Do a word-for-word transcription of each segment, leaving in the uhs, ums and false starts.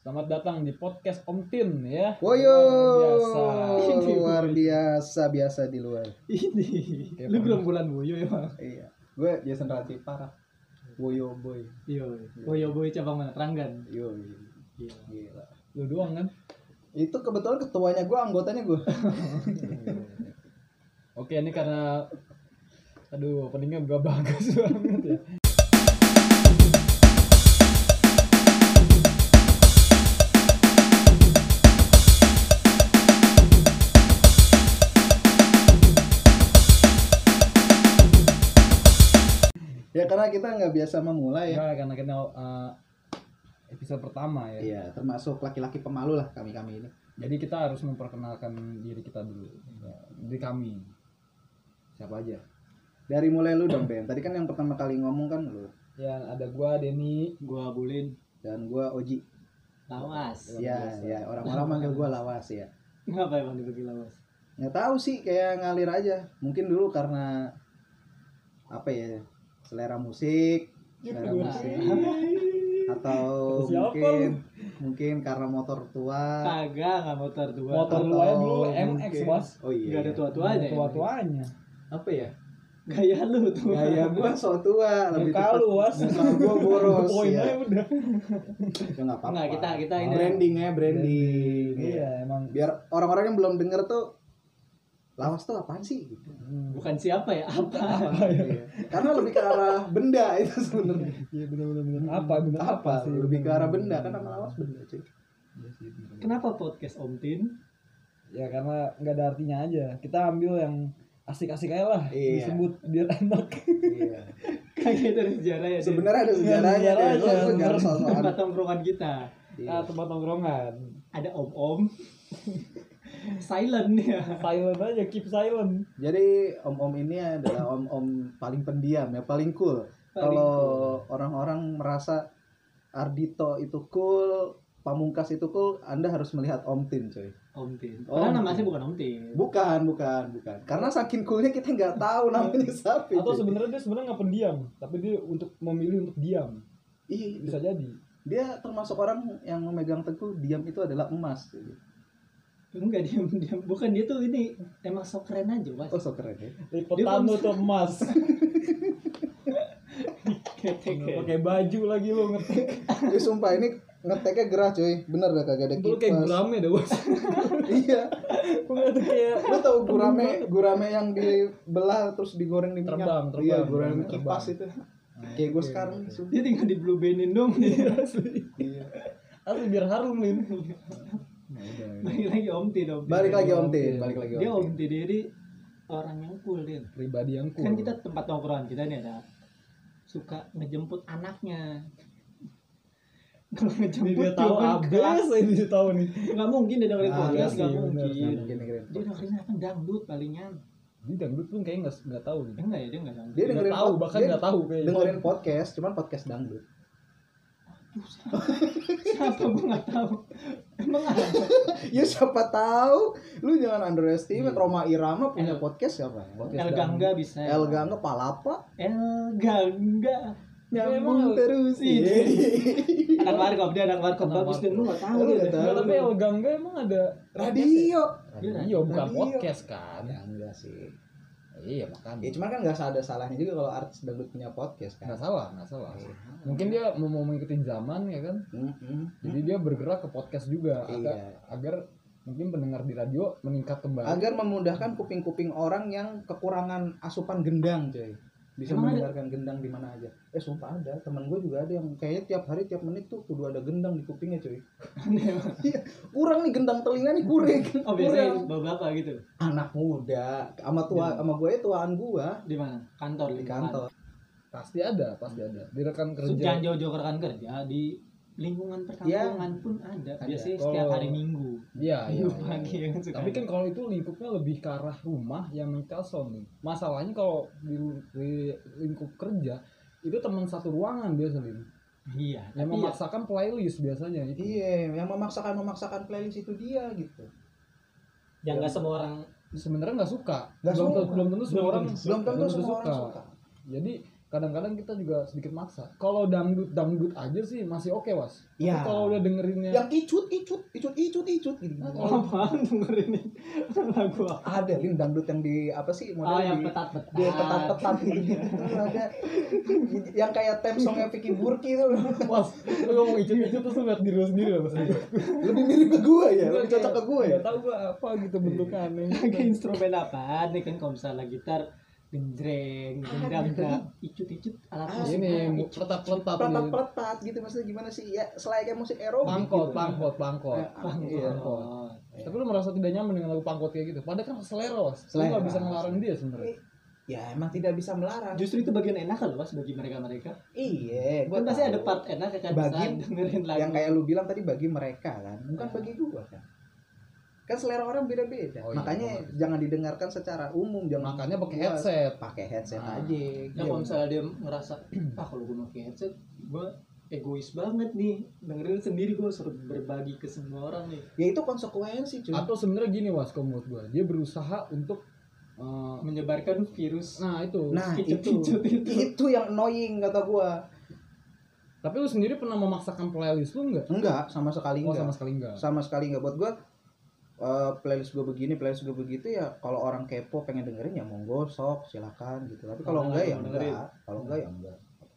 Selamat datang di podcast Om Tin ya. Woyo, biasa. luar biasa, biasa di luar. Ini, Kayak lu pernah. belum bulan Woyo emang. Iya, gue Jason Ratih parah. Woyo boy, Iya, Woyo boy cabang mana? Teranggan. yo, Iya. gila. Lu doang kan? Itu kebetulan ketuanya gue, anggotanya gue. Oke, ini karena aduh, openingnya gak bagus banget ya. Ya karena kita nggak biasa memulai ya. Ya, karena kita uh, episode pertama ya. Iya, termasuk laki-laki pemalu lah kami-kami ini. Jadi kita harus memperkenalkan diri kita dulu. Ya, diri kami. Siapa aja? Dari mulai lu dong, Ben. Tadi kan yang pertama kali ngomong kan lu. Ya, ada gua Denny. Gua Bulin. Dan gue Oji. Lawas. Ya, ya, orang-orang manggil gue Lawas ya. Ngapa emang dibagi lawas? Nggak tahu sih, kayak ngalir aja. Mungkin dulu karena apa ya? Selera musik, selera musik. Atau Siapa mungkin mungkin karena motor tua. Kagak, enggak motor tua. Motor Atau lu aja dulu M X, mungkin- Bos. Oh iya. Enggak ada tua-tuanya. ya? Tua-tuanya. Apa ya? Gaya lu tuh. Gaya gua so tua, lebih Muka lu, Bos. Muka gua boros. Poin Ya. aja udah. Ya enggak apa-apa. Enggak, kita kita ini branding ya, branding. Iya, emang. Biar orang-orang yang belum denger tuh Lawas tuh apaan sih? Gitu. Hmm. bukan siapa ya, apa? Iya. Karena lebih ke arah benda itu sebenarnya. Iya, benar-benar benar. Apa benar Apa? sih? Lebih ke arah benda kan nama Lawas benda, cuy. Iya sih, bener. Kenapa podcast Om Tin? Ya karena nggak ada artinya aja. Kita ambil yang asik-asik aja lah. Iya. Disebut biar enak. Iya. Kagak itu ada sejarah ya. Din? Sebenarnya ada sejarahnya Sejarah deh. Lu aja. tuh jangan sosokan. Tempat tongkrongan kita Iya. Nah, tempat nongkrongan. ada om-om. Silent ya. Silent aja, keep silent. Jadi om-om ini adalah om-om paling pendiam ya, paling cool. Paling Kalau orang-orang merasa Ardito itu cool, Pamungkas itu cool, Anda harus melihat Om Tin, coy. Om Tin. Om Karena Tin. namanya bukan Om Tin. Bukan, bukan, bukan. Karena saking coolnya kita nggak tahu namanya siapa. Atau cuy. sebenarnya dia sebenarnya nggak pendiam, tapi dia untuk memilih untuk diam. Iya, Bisa jadi. dia termasuk orang yang memegang teguh diam itu adalah emas. Cuy. Enggak, diam diam. Bukan, dia tuh ini emang sok keren aja, Mas. Oh, so keren ya. Lipetan lu tuh emas. Ketek. Pakai baju lagi lu ngetek. Ini sumpah ini ngeteknya gerah, coy. Bener dah kagak ada Lu kayak kipas. gurame deh, Bos. Iya. Gua ngeliat tuh kayak Lu tau gurame, gurame yang dibelah terus digoreng di minyak? Terbang, terbang. Iya, gurame Terbang. kipas itu. Kayak gue sekarang nih, sumpah. Dia tinggal di blue bandin dong. asli. Iya. Asli biar harum, Lin. Balik lagi Om Tin, Om Tin. Balik lagi Om Tin, balik lagi Dia Om Om Tin. Tin jadi orang yang cool, Din. Pribadi yang cool. Kan kita tempat nongkrongan kita nih ada suka ngejemput anaknya. Kalau Ini ngejemput dia tahu cuman kelas. abis, ini dia tahu nih. Nggak mungkin dia dengerin Ah, podcast, iya nggak sih, bener, mungkin. bener. Mungkin dengerin Dia dengerin apa dangdut palingan. Ini dangdut pun kayaknya nggak nggak tahu nih. Enggak ya, dia enggak dangdut. Dia Nggak dengerin tahu, pod- bahkan dia nggak tahu kayaknya. Dengerin podcast, cuman podcast dangdut. Siapa gue nggak tahu. Emang ada. Ya siapa tahu. Lu jangan underestimate Iya. Roma Irama punya El- podcast siapa? Podcast El Gangga bisa. El Gangga Palapa El Gangga. nyambung terus. Iya. Iya. Anak warkop, dia anak warkop Anak bagus warkop. dan lu nggak tahu Lu dia. nggak tahu. Nggak, tapi El Gangga emang ada Radio. radio, bukan Radio. podcast kan? Ya enggak sih. Iya makanya. Ya cuman kan nggak ada salahnya juga kalau artis dangdut punya podcast kan. Nggak salah, nggak salah. Mungkin dia mau mau mengikuti zaman ya kan? Mm-mm. Jadi dia bergerak ke podcast juga agar Iya. agar mungkin pendengar di radio meningkat kembali. Agar memudahkan kuping-kuping orang yang kekurangan asupan gendang, coy. Bisa Emang ada? mendengarkan gendang di mana aja. Eh sumpah ada, teman gue juga ada yang kayaknya tiap hari tiap menit tuh kudu ada gendang di kupingnya, coy. Iya, kurang nih gendang telinga nih kurang. Oh biasanya Kurang. bapak-bapak gitu. Anak muda, sama tua Iya. sama gue tuaan gua Di mana? Kantor, di lingkungan. kantor. Pasti ada, pasti ada. Di rekan Jangan kerja. jauh-jauh ke rekan kerja, di lingkungan perkampungan pun ada. Ada. Biasanya Kalau- setiap hari Minggu. Iya, iya. Minggu iya. pagi ya kan suka. Tapi kan kalau itu lingkupnya lebih ke arah rumah yang mentelson nih. Masalahnya kalau di, di lingkup kerja itu teman satu ruangan biasanya. iya, Yang tapi ya, memaksakan playlist biasanya itu. Iya, yang memaksakan memaksakan playlist itu dia gitu. yang nggak semua orang Sebenarnya nggak suka. Nggak belum, suka. tentu- belum tentu semua Belum orang Belum tentu semua orang suka. Jadi kadang-kadang kita juga sedikit maksa. Kalau dangdut dangdut aja sih masih oke was. Iya. Tapi kalau udah dengerinnya Yang icut icut icut icut icut gitu. Apaan dengerin ini lagu apa? Ada lin dangdut yang di apa sih Oh model yang di petat-petat. dia petat-petat gitu gitu. Ada yang kayak theme songnya Vicky Burki itu. was, lu ngomong icut-icut terus lu liat diri lu sendiri loh. Lebih mirip ke gue ya, lebih cocok ke gue ya. Gak tau gue apa gitu bentuknya aneh. Pakai instrumen apa? Nih kan kalau misalnya gitar genjreng, gendang, Ada. icut-icut alat Ah, musik. Ini Icut-icut. peletat-peletat nih. Petat-petat gitu maksudnya gimana sih? Ya selayaknya musik aerobik Pangkot, gitu. pangkot, pangkot. Ah, iya. Pangkot. Oh. Tapi lu merasa tidak nyaman dengan lagu pangkot kayak gitu. Padahal kan selera was. Lu Selera. gak bisa ngelarang dia sebenarnya. Ya emang tidak bisa melarang. Justru itu bagian enak kan Mas bagi mereka-mereka. Iya, Kan gua pasti tahu. ada part enak kan Bagi bisa dengerin lagu. yang kayak lu bilang tadi bagi mereka kan, bukan bagi gua kan. Kan selera orang beda-beda. Oh, iya, Makanya benar. jangan didengarkan secara umum, jangan Makanya pakai buat- headset. Pakai headset Ah. aja. Ya Iya, kalau misalnya dia ngerasa ah kalau gue pakai headset gue egois banget nih dengerin sendiri gue suruh berbagi ke semua orang nih ya itu konsekuensi cuy. Atau sebenarnya gini was, kalau menurut gua, dia berusaha untuk uh, menyebarkan virus nah itu. Nah, kicut-kicut itu. Itu yang annoying kata gua. Tapi lu sendiri pernah memaksakan playlist lu enggak? Enggak, sama sekali Oh, enggak. sama sekali enggak. Sama sekali enggak buat gua. eh, playlist gue begini, playlist gue begitu ya. Kalau orang kepo pengen dengerin ya monggo sok silakan gitu. Tapi kalau Kalau enggak ya nggak mau dengerin. enggak. Kalau enggak ya enggak.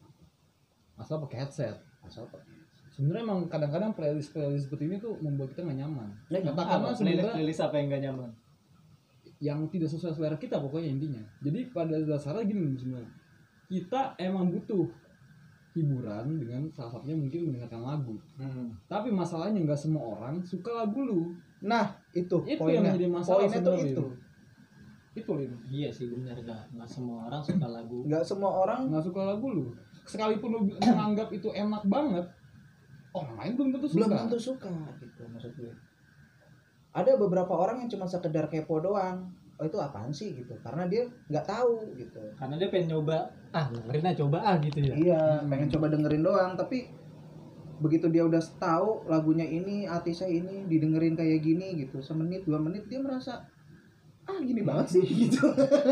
Asal pakai headset. Asal pakai. Sebenarnya emang kadang-kadang playlist playlist seperti ini tuh membuat kita nggak nyaman. Ya, Katakanlah apa playlist sebenarnya playlist apa yang gak nyaman yang tidak sesuai selera kita pokoknya intinya. Jadi pada dasarnya gini sebenarnya. Kita emang butuh hiburan dengan salah satunya mungkin mendengarkan lagu. Tapi masalahnya nggak semua orang suka lagu lu. Nah, itu, Itu poinnya. yang menjadi masalah Poinnya tuh sebenarnya. itu. Itu Lin. iya sih benar gak nggak semua orang suka lagu Enggak semua orang Nggak suka lagu lu. Sekalipun lu menganggap itu enak banget, orang lain belum tentu suka. belum tentu suka gitu maksud gue. Ada beberapa orang yang cuma sekedar kepo doang. Oh itu apaan sih gitu. Karena dia nggak tahu gitu. karena dia pengen nyoba ah dengerin aja coba ah gitu ya Iya, Hmm. pengen coba dengerin doang, tapi begitu dia udah tahu lagunya ini, artisnya ini, didengerin kayak gini gitu, semenit dua menit dia merasa ah gini banget sih gitu.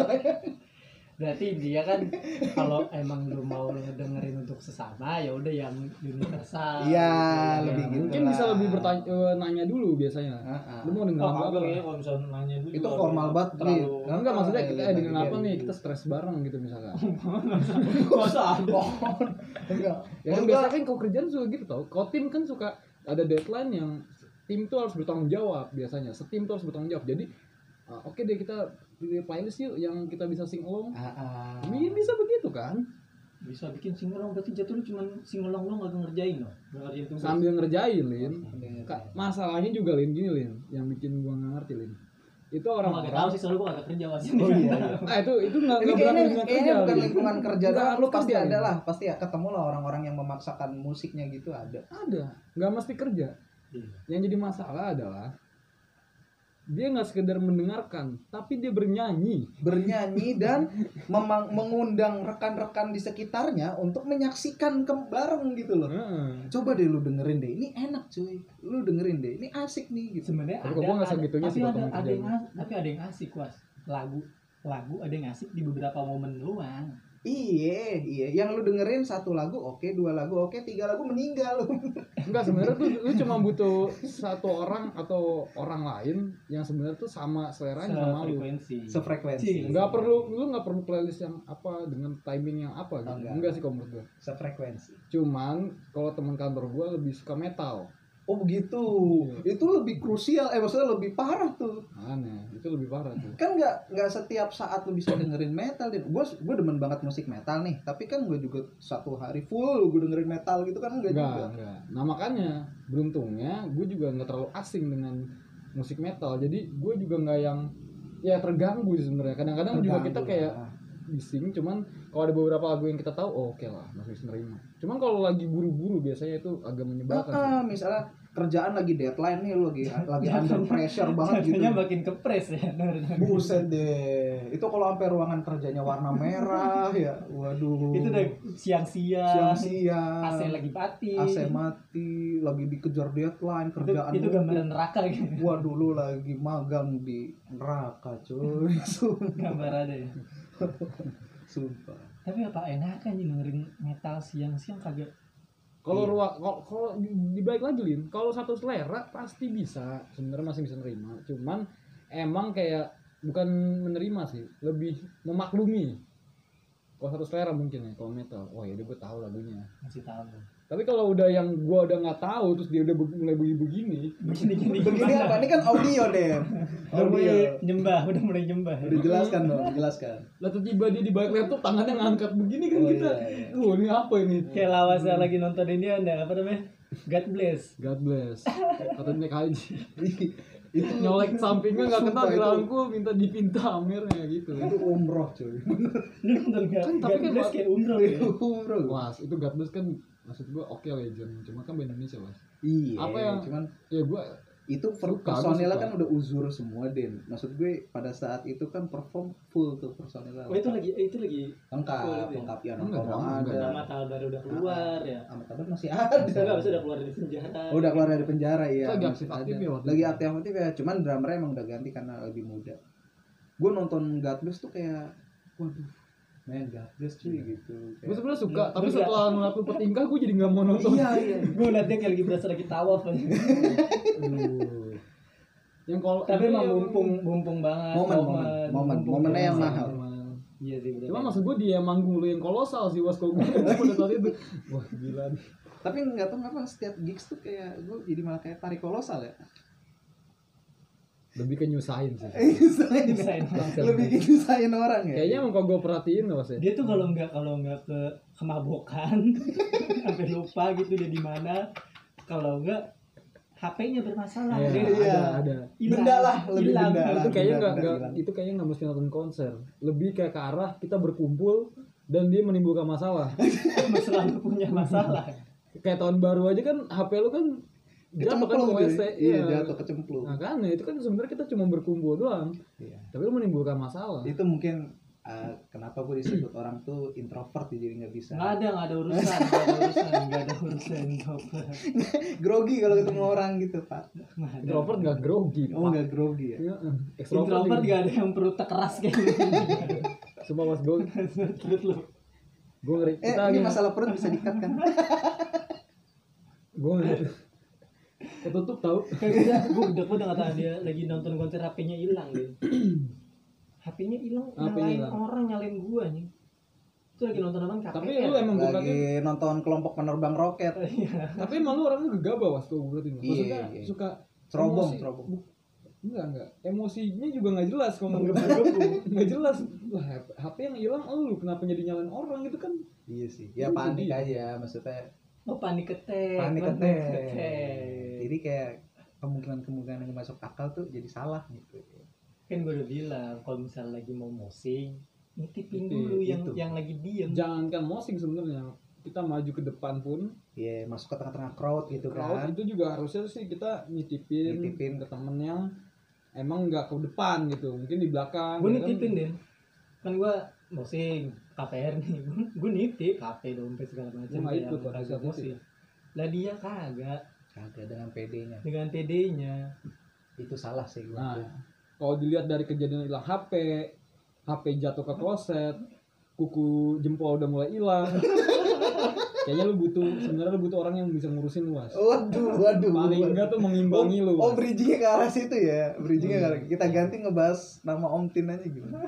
berarti dia kan kalau emang lu mau dengerin untuk sesama ya udah yang universal Iya, gitu. lebih gitu. Mungkin bisa lah. lebih bertanya eh, nanya dulu biasanya. Heeh. Lu mau denger Oh, lagu apa? kagak ya kalau misalnya nanya dulu Itu juga formal udah banget, terlalu Rin. Nah, enggak maksudnya kita Iya, eh, dengan iya, apa iya. nih? Kita stres bareng gitu misalkan. masa ada Enggak. Ya kan Maksud biasanya gua, kan kalau kerjaan suka gitu tau. Kalau tim kan suka ada deadline yang tim tuh harus bertanggung jawab biasanya. Setim tuh harus bertanggung jawab. Jadi ah, oke deh kita pilih playlist yuk yang kita bisa sing along. ah, ah. Ini bisa begitu kan? bisa bikin singelong berarti jatuh lu cuma singelong lu nggak ngerjain loh nggak ngerjain tugas Sambil ngerjain, Lin. Sambil Ka- Masalahnya juga Lin gini Lin, yang bikin gua nggak ngerti Lin. Itu orang nggak tahu orang-orang sih soalnya gua nggak kerja masih Oh iya, iya. ah itu itu nggak Ini nggak kayaknya, berlaku dengan kayaknya kerja, bukan Lin. lingkungan kerja Nggak doang, lu harus pasti kerja, ada Lin. lah, pasti ya ketemu lah orang-orang yang memaksakan musiknya gitu ada. Ada, nggak mesti kerja. Iya. Yang jadi masalah adalah dia nggak sekedar mendengarkan, tapi dia bernyanyi. Bernyanyi dan memang mengundang rekan-rekan di sekitarnya untuk menyaksikan ke bareng gitu loh. Heeh. Coba deh lu dengerin deh, ini enak cuy, lu dengerin deh, ini asik nih gitu. sebenarnya Tapi ada, kok gua nggak ada- segitunya tapi sih kalau ada, temen ada kerja yang gua. as- tapi ada yang asik was lagu lagu ada yang asik di beberapa momen doang Iya, iya, yang lu dengerin satu lagu oke, dua lagu oke, tiga lagu meninggal lu. Enggak, sebenarnya tuh lu cuma butuh satu orang atau orang lain yang sebenarnya tuh sama seleranya sama lu. frekuensi Sefrekuensi. Nggak perlu, lu nggak perlu playlist yang apa dengan timing yang apa gitu. Oh, enggak. Enggak sih kalau menurut gua. Sefrekuensi. Cuman kalau teman kantor gua lebih suka metal. Oh begitu. Itu lebih krusial, eh maksudnya lebih parah tuh. Aneh, itu lebih parah tuh. Kan nggak nggak setiap saat lu bisa dengerin metal. Gue gue demen banget musik metal nih. Tapi kan gue juga satu hari full gue dengerin metal gitu kan enggak juga. Enggak, enggak. Nah makanya beruntungnya gue juga nggak terlalu asing dengan musik metal. Jadi gue juga nggak yang ya terganggu sih sebenarnya. Kadang-kadang juga kita Terganggu kayak lah. bising. Cuman kalau ada beberapa lagu yang kita tahu, oh, oke lah, masih bisa nerima. Cuman kalau lagi buru-buru biasanya itu agak menyebalkan. sih. Ah, misalnya kerjaan lagi deadline nih lu lagi lagi under pressure banget gitu. jatuhnya makin kepres ya Buset deh. Itu kalau sampai ruangan kerjanya warna merah ya. Waduh. itu udah siang-siang siang-siang. A C lagi mati A C mati, lagi dikejar deadline itu, kerjaan. itu numpuk. gambaran neraka gitu Waduh lu lagi magang di neraka cuy. Sumpah. gambar ada ya Sumpah. Tapi apa enak kan dengerin metal siang-siang kagak. Kalau Iya. ruang kalau kalau dibalik lagi Lin, kalau satu selera pasti bisa, sebenarnya masih bisa nerima. Cuman emang kayak bukan menerima sih, lebih memaklumi. Kalau satu selera mungkin ya, kalau metal, oh ya udah gue tahu lagunya. Masih tahu. Tapi kalau udah yang gue udah nggak tahu, terus dia udah be- mulai begini-begini, Begini-gini Begini apa? Ini kan audio deh. Udah mulai Audio. nyembah, udah mulai nyembah. Udah jelaskan dong, jelaskan. lah tiba dia di balik laptop tangannya ngangkat begini kan Oh, kita, iya, iya. oh ini apa ini? Kayak lawas yang lagi nonton ini ada apa namanya? God bless. God bless, katanya kaji. Itu Nyolek sampingnya nggak kena Sumpah, itu- dirangkul, minta dipinta amirnya gitu. itu umroh cuy. Lu nonton God, Kan, tapi God kan bless waktu- kayak umroh ya. Umroh. Wah, itu God bless kan maksud gue oke legend, cuma kan band Indonesia was. Iya. Apa yang- Cuman Ya gue itu per- Suka, personilnya gua suka. kan udah uzur semua Den. Maksud gue pada saat itu kan perform full tuh personilnya. Oh itu lagi itu lagi lengkap, full itu ya? lengkap ya Enggak, nongkrong enggak, ada. nama Talbar udah keluar ya. Sama kabar masih ada. Enggak bisa udah keluar dari penjara. Oh, udah keluar dari penjara ya. Lagi masih aktif-aktif ada. ya waktu Lagi itu. aktif-aktif ya. Cuman drummernya emang udah ganti karena lebih muda. Gue nonton God Bless tuh kayak waduh, men God Bless cuy gitu. gue Kayak, sebenarnya suka, Lu- tapi lu setelah ngeliat lu petingkah gue jadi nggak mau nonton. iya iya. Gue ngeliatnya kayak lagi berasa lagi tawaf aja. Aduh. Yang kalau Tapi ini emang yang- mumpung mumpung banget. Momen, momen, momen, mumpung momennya yang banget. mahal. Emang. Iya sih bener. Cuma maksud gue dia yang manggung lu yang kolosal sih was kalau gue pada saat itu. Wah gila nih. Tapi nggak tahu kenapa setiap gigs tuh kayak gue jadi malah kayak tarik kolosal ya. Lebih ke nyusahin sih. Nyusahin. Nyusahin orang. Lebih nyusahin orang ya. Kayaknya emang kalau gue perhatiin was ya. Dia tuh kalau nggak kalau nggak ke kemabokan sampai lupa gitu dia di mana. Kalau nggak H P-nya bermasalah. Iya, Dia Iya. ada, ada. hilang. Benda lah, lebih Hilang. benda lah. Itu kayaknya nggak benar-benar nggak hilang. itu kayaknya nggak mesti nonton konser. Lebih kayak ke arah kita berkumpul dan dia menimbulkan masalah. Selalu punya masalah. Kayak tahun baru aja kan H P lu kan jatuh kan ke Kecemplung W C. gitu. Iya, jatuh kecemplung. Nah kan itu kan sebenarnya kita cuma berkumpul doang. Iya. Tapi lu menimbulkan masalah. Itu mungkin uh, kenapa gue disebut orang tuh introvert jadi nggak bisa. Nggak ada nggak ada urusan nggak ada urusan nggak ada urusan introvert. Grogi kalau ketemu orang gitu pak. Nggak ada. Introvert nggak grogi. Oh nggak grogi ya. Iya, eh. Extrovert Introvert juga. nggak ada yang perut keras kayak gitu. Sumpah mas gue Terus lu gue ngeri Eh kita ini lagi- masalah perut bisa dikat kan? gue ngeri ketutup tahu. kagak gue udah gue udah nggak tahu dia lagi nonton konser H P-nya hilang dia. H P-nya hilang H P-nya nyalain hilang. orang nyalain gua nih. Itu lagi nonton apa? K P R. Tapi lu emang gue Lagi nonton kelompok penerbang roket. tapi emang lu orangnya gegabah was tuh gue berarti. Maksudnya Iya, iya. suka Cerobong, emosi- cerobong. bu- Enggak enggak. Emosinya juga nggak jelas kalau Nggak menggebu-gebu. Nggak jelas. Lah H P yang hilang lu kenapa jadi nyalain orang gitu kan? Iya sih. Ya Itu panik dia. aja maksudnya. Oh panik ketek. Panik ketek. ketek. Jadi kayak kemungkinan-kemungkinan yang masuk akal tuh jadi salah gitu. Kan gue udah bilang kalau misalnya lagi mau mosing, nitipin Nitip, dulu yang gitu. yang lagi diem. Jangankan mosing sebenarnya. Kita maju ke depan pun Iya masuk ke tengah-tengah crowd gitu crowd kan. itu juga harusnya sih kita nitipin, Nitipin. ke temen yang emang nggak ke depan gitu, mungkin di belakang. Gue ya kan? nitipin deh. Kan gue mosing K P R nih. Gue nitip H P dompet segala macam. Gua nggak kayak ikut, kagak harusnya mosing. Lah dia kagak Kagak dengan P D-nya. dengan P D-nya. Itu salah sih gue. Nah, kalau dilihat dari kejadian hilang H P, H P jatuh ke kloset, kuku jempol udah mulai hilang. Kayaknya lu butuh sebenarnya lu butuh orang yang bisa ngurusin lu, Was. Waduh, waduh. Paling enggak tuh mengimbangi lu. Oh, Was. bridgingnya ke arah situ ya. Bridgingnya ke arah. Kita ganti ngebahas nama Om Tin aja gimana.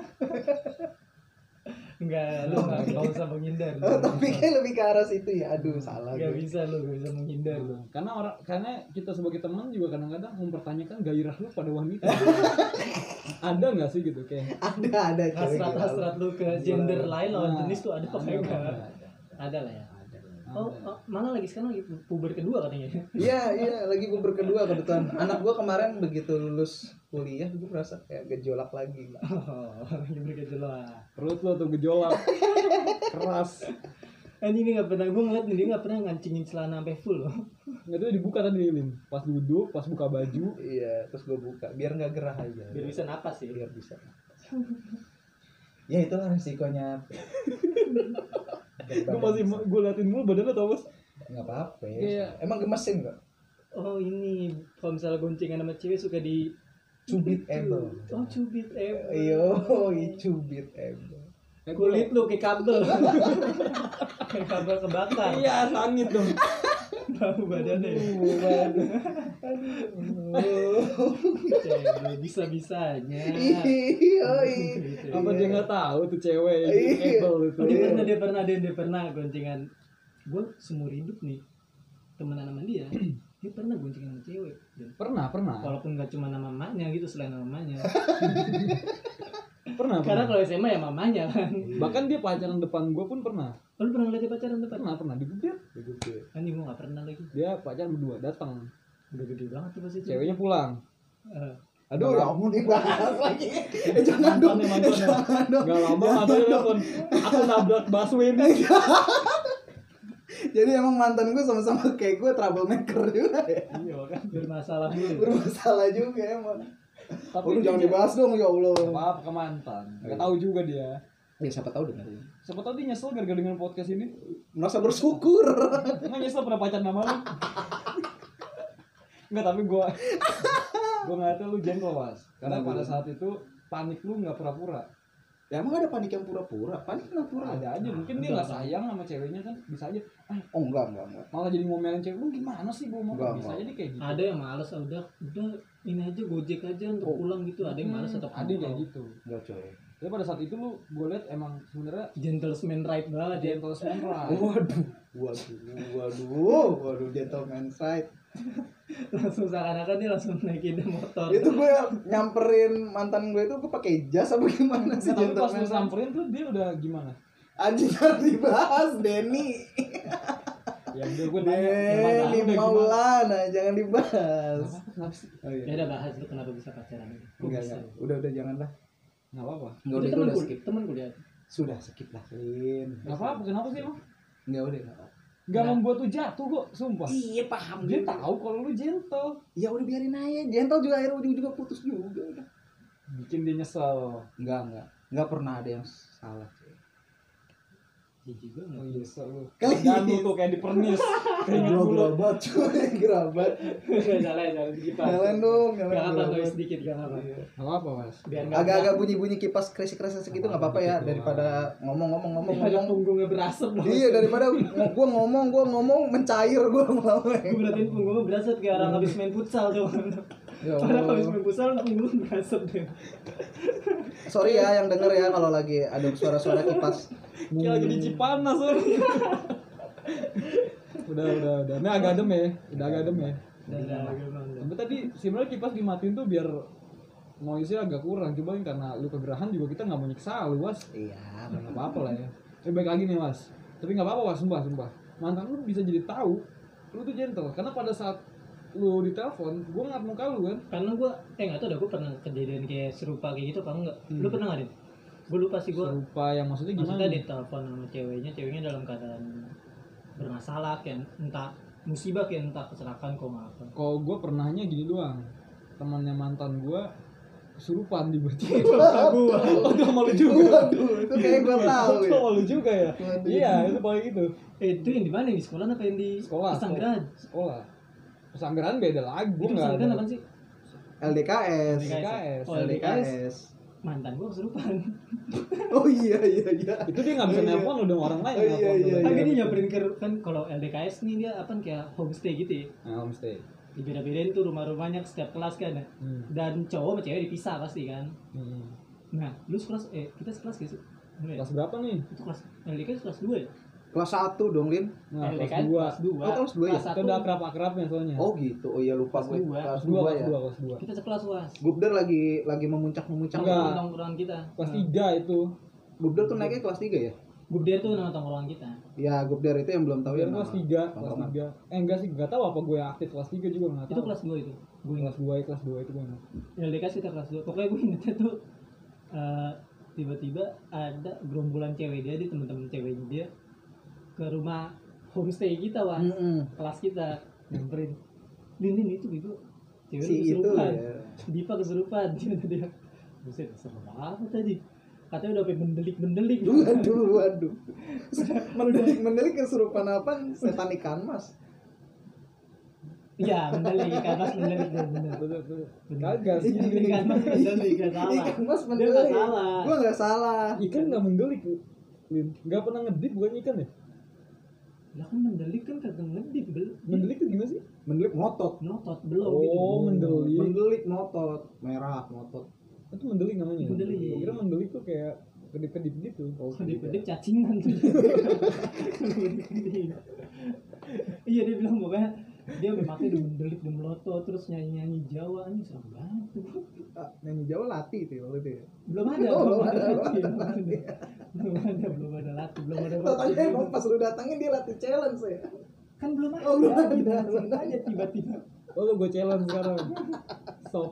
Enggak, lu enggak enggak usah menghindar. Oh, tapi kayak lebih ke arah situ ya. Aduh, salah Enggak gue. bisa lu, enggak bisa menghindar lu. Karena orang karena kita sebagai teman juga kadang-kadang mempertanyakan gairah lu pada wanita. Ada nggak sih gitu kayak Ada, ada coy. Hasrat-hasrat lu ke gender lain lawan Nah, jenis tuh ada apa ada, enggak? ada, Ada lah ya. ada. Oh, oh, mana lagi sekarang lagi puber kedua katanya. Iya, iya, lagi gue berkedua kebetulan. Anak gue kemarin begitu lulus kuliah, gue merasa kayak gejolak lagi. Oh, lagi bergejolak. Perut lu tuh gejolak keras. Anjing ini nggak pernah, gue ngeliat nih dia nggak pernah ngancingin celana sampai full loh. Nggak tuh dibuka tadi Lin. Pas duduk, pas buka baju. Iya, terus gue buka biar nggak gerah aja. Biar bisa napas sih. Biar bisa. Ya itulah resikonya. Gue masih gue liatin mulu badannya tau bos. nggak apa-apa. Kayak- Emang gemesin nggak? Oh ini kalau misalnya goncengan sama cewek suka di Cubit able. Oh cubit able. Yo, cubit able. kulit lu kayak kabel. Kayak kabel kebakar. Iya, sangit dong. Tahu badannya. Cewek bisa-bisanya. Iya. Apa dia nggak tahu tuh cewek Iya. kabel itu. Oh, dia pernah dia pernah dia, dia pernah goncengan. Gue seumur hidup nih temenan sama dia. Dia pernah goncengan sama cewek. Dan Pernah, pernah. walaupun nggak cuma nama mamanya gitu selain nama mamanya. Pernah. Karena pernah. kalau S M A ya mamanya kan. Bahkan dia pacaran depan gua pun pernah. Lu pernah ngeliat dia pacaran depan? Pernah, pernah digubir. Digubir. Anjing gua nggak pernah lagi. Dia pacaran berdua datang. Udah gede banget tuh pasti. Ceweknya pulang. Eh, Aduh, ya ampun dibahas lagi. Eh, jangan dong. mantannya mantannya. Jangan dong. Gak lama mantannya telepon. Aku nabrak busway nih. Jadi emang mantan gue sama-sama kayak gue troublemaker juga ya. Iya kan bermasalah dulu. Bermasalah juga emang. Tapi Oh, lu dia jangan dibahas dong ya Allah. Maaf ke mantan. Gak tahu juga dia. Ya siapa tahu dengerin. Siapa tahu dia nyesel gara-gara dengan podcast ini. Merasa bersyukur. Emang nyesel pernah pacaran sama lu? Enggak, tapi gua gua nggak tahu lu gentle, Mas. Karena Kenapa? pada saat itu panik lu nggak pura-pura. Ya emang ada panik yang pura-pura? Panik natural. Ada aja, mungkin dia nggak sayang sama ceweknya kan, bisa aja. Ah, Oh enggak, enggak, enggak. malah jadi ngomelin cewek lu gimana sih gua mau Enggak, bisa enggak. aja dia kayak gitu. Ada yang males ah, udah udah ini aja gojek aja untuk Oh. pulang gitu. Ada yang males Hmm, tetap ada yang kayak gitu. Enggak coy. Tapi pada saat itu lu gua lihat emang sebenarnya Gentleman right banget ya. gentleman right. Waduh, waduh, waduh, waduh, gentleman side. Langsung seakan-akan dia langsung naikin motor. Itu gue nyamperin mantan gue itu gue pakai jas apa gimana sih? Nah, tapi pas lu Gentleman side? samperin tuh dia udah gimana? Anjing jangan dibahas, Denny. Ya udah gua nanya yang mana Denny udah gimana? Maulana, jangan dibahas. Kenapa, kenapa sih? Oh iya. Ya udah bahas lu kenapa bisa pacaran ini. Kok Enggak, bisa? enggak. Udah, udah janganlah. Nggak apa-apa. Enggak Itu udah, itu temen udah kuliah, skip. temen kuliah. Sudah skip lah, Lin. Nggak apa-apa, kenapa sih emang? Enggak udah, enggak apa. Nggak Nah. membuat lu jatuh kok, sumpah. Iya, paham Dia gue. tahu kalau lu gentle. Ya udah biarin aja. Gentle juga akhirnya ujung juga putus juga udah. Bikin dia nyesel. Enggak, enggak. Enggak pernah ada yang salah, cuy. Jijik Oh banget. iya, nyesel lu. Kali Dan lu tuh kayak dipernis. Keringet Gua mulu. gerabat, cuy, gerabat. Enggak salah, jangan kipas. Jalan dong, jalan. Enggak apa gerabat. noise sedikit enggak apa. Nggak apa-apa, Mas. Biar enggak Agak-agak bunyi-bunyi kipas kresek-kresek segitu enggak apa-apa ya daripada ngomong-ngomong-ngomong daripada ngomong. punggungnya berasap dong. Iya, daripada ng- gua ngomong, gua ngomong mencair gua lama-lama. Gue berarti punggungnya berasap kayak orang habis main futsal tuh. Ya Padahal habis Allah. main futsal punggung berasap deh. Sorry ya yang denger ya kalau lagi ada suara-suara kipas. Kayak lagi di Cipanas lu. Udah, udah, udah. Ini agak adem ya. Udah agak adem ya. Tapi tadi sebenarnya kipas dimatiin tuh biar noise-nya agak kurang. Coba karena lu kegerahan juga kita nggak mau nyiksa lu, Mas. Iya, Nggak apa-apa lah ya. Eh, baik lagi nih, Mas. Tapi nggak apa-apa, Mas. Sumpah, sumpah. Mantan lu bisa jadi tahu lu tuh gentle. Karena pada saat lu ditelepon, gua ngeliat muka lu kan. Karena gue eh nggak tahu dah gue pernah kejadian kayak serupa kayak gitu apa enggak. Hmm. Lu pernah nggak Din? Gue lupa sih gue. Serupa yang maksudnya gimana? Maksudnya ditelepon sama ceweknya, ceweknya dalam keadaan bermasalah kayak entah musibah kayak entah kecelakaan kok nggak apa. Kalau gue pernahnya gini doang, temannya mantan gue kesurupan tiba-tiba. Gua. Oh, itu malu juga. Waduh, itu kayak gua tahu Itu ya. malu juga ya. Waduh. Iya, itu paling itu. Eh, itu yang di mana yang di sekolah apa yang di Sekolah. pesanggeran? Sekolah. Pesanggeran beda lagi. Gue Itu nggak. pesanggeran apa sih? L D K S. L D K S. Oh, L D K S. Mantan gue kesurupan. Oh iya iya iya. Itu dia nggak bisa Oh, iya. nelpon udah orang lain. Oh, iya, nelpon iya, udah. Kan iya. dia nyamperin ke kan kalau L D K S nih dia apa kayak homestay gitu ya. Nah, homestay. Dibeda-bedain tuh rumah-rumahnya setiap kelas kan. Ya. Hmm. Dan cowok sama cewek dipisah pasti kan. Hmm. Nah, lu sekelas eh kita sekelas gitu. Enggak ya? Kelas berapa nih? Itu kelas L D K S kelas dua ya? Kelas satu dong, Lin. Nah, L D K kelas S dua. kelas dua. Oh, kelas dua ya? Kelas Itu satu. udah akrab-akrabnya soalnya. Oh gitu. Oh iya lupa Kelas gue. dua. Kelas kelas dua, dua kelas ya. dua, kelas dua. Kita sekelas was. Gubder lagi lagi memuncak-memuncak. Enggak. Nama tongkrongan kita. Kelas tiga itu. Gubder tuh naiknya kelas tiga ya? Gubder tuh nama tongkrongan kita. Ya, Gubder itu yang belum tahu ya. Dia kelas tiga, kelas tiga. Eh enggak sih, enggak tahu apa gue aktif kelas tiga juga enggak tahu. Itu kelas dua itu. Gue ingat. kelas dua, kelas dua itu gue ingat. L D K S kita kelas dua. Pokoknya gue ingetnya tuh eh, tiba-tiba ada gerombolan cewek dia di teman-teman ceweknya dia ke rumah homestay kita wah. Mm-mm. Kelas kita nyamperin. Lin Lin itu itu cewek Si lu itu kesurupan. ya. Dipa kesurupan kata dia. Buset, seru apa tadi? Katanya udah sampai mendelik-mendelik. Waduh, waduh. Mendelik mendelik kesurupan apa? Setan ikan mas. Iya, mendelik, ikan mas mendelik bener bener. Betul betul. Kagak sih. Ikan mas mendelik gak salah. Ikan mas Dia mendelik. gak salah. Gua nggak salah. Ikan nggak mendelik, Lin. Nggak pernah ngedip bukan ikan ya? Lah kan mendelik kan kagak ngedip bel. Mendelik tuh gimana sih? Mendelik ngotot. Notot belum Oh, gitu. mendelik. Mendelik ngotot, merah ngotot. Itu mendelik namanya. Mendelik. Gua kira mendelik tuh kayak kedip-kedip gitu. Oh, Kedip-kedip cacingan tuh. Iya dia bilang pokoknya dia memakai udah mendelik udah melotot terus nyanyi-nyanyi Jawa ini serem banget tuh. Ah, nyanyi Jawa latih itu waktu itu ya. Belum ada, Oh, belum belum ada, ada, belum belum ada, ada. belum ada, belum ada latih, belum ada Totalnya emang pas lu datangin dia latih challenge ya. kan belum ada. Oh, belum ada. Tiba-tiba aja tiba-tiba. Oh, lu gue challenge sekarang. Stop.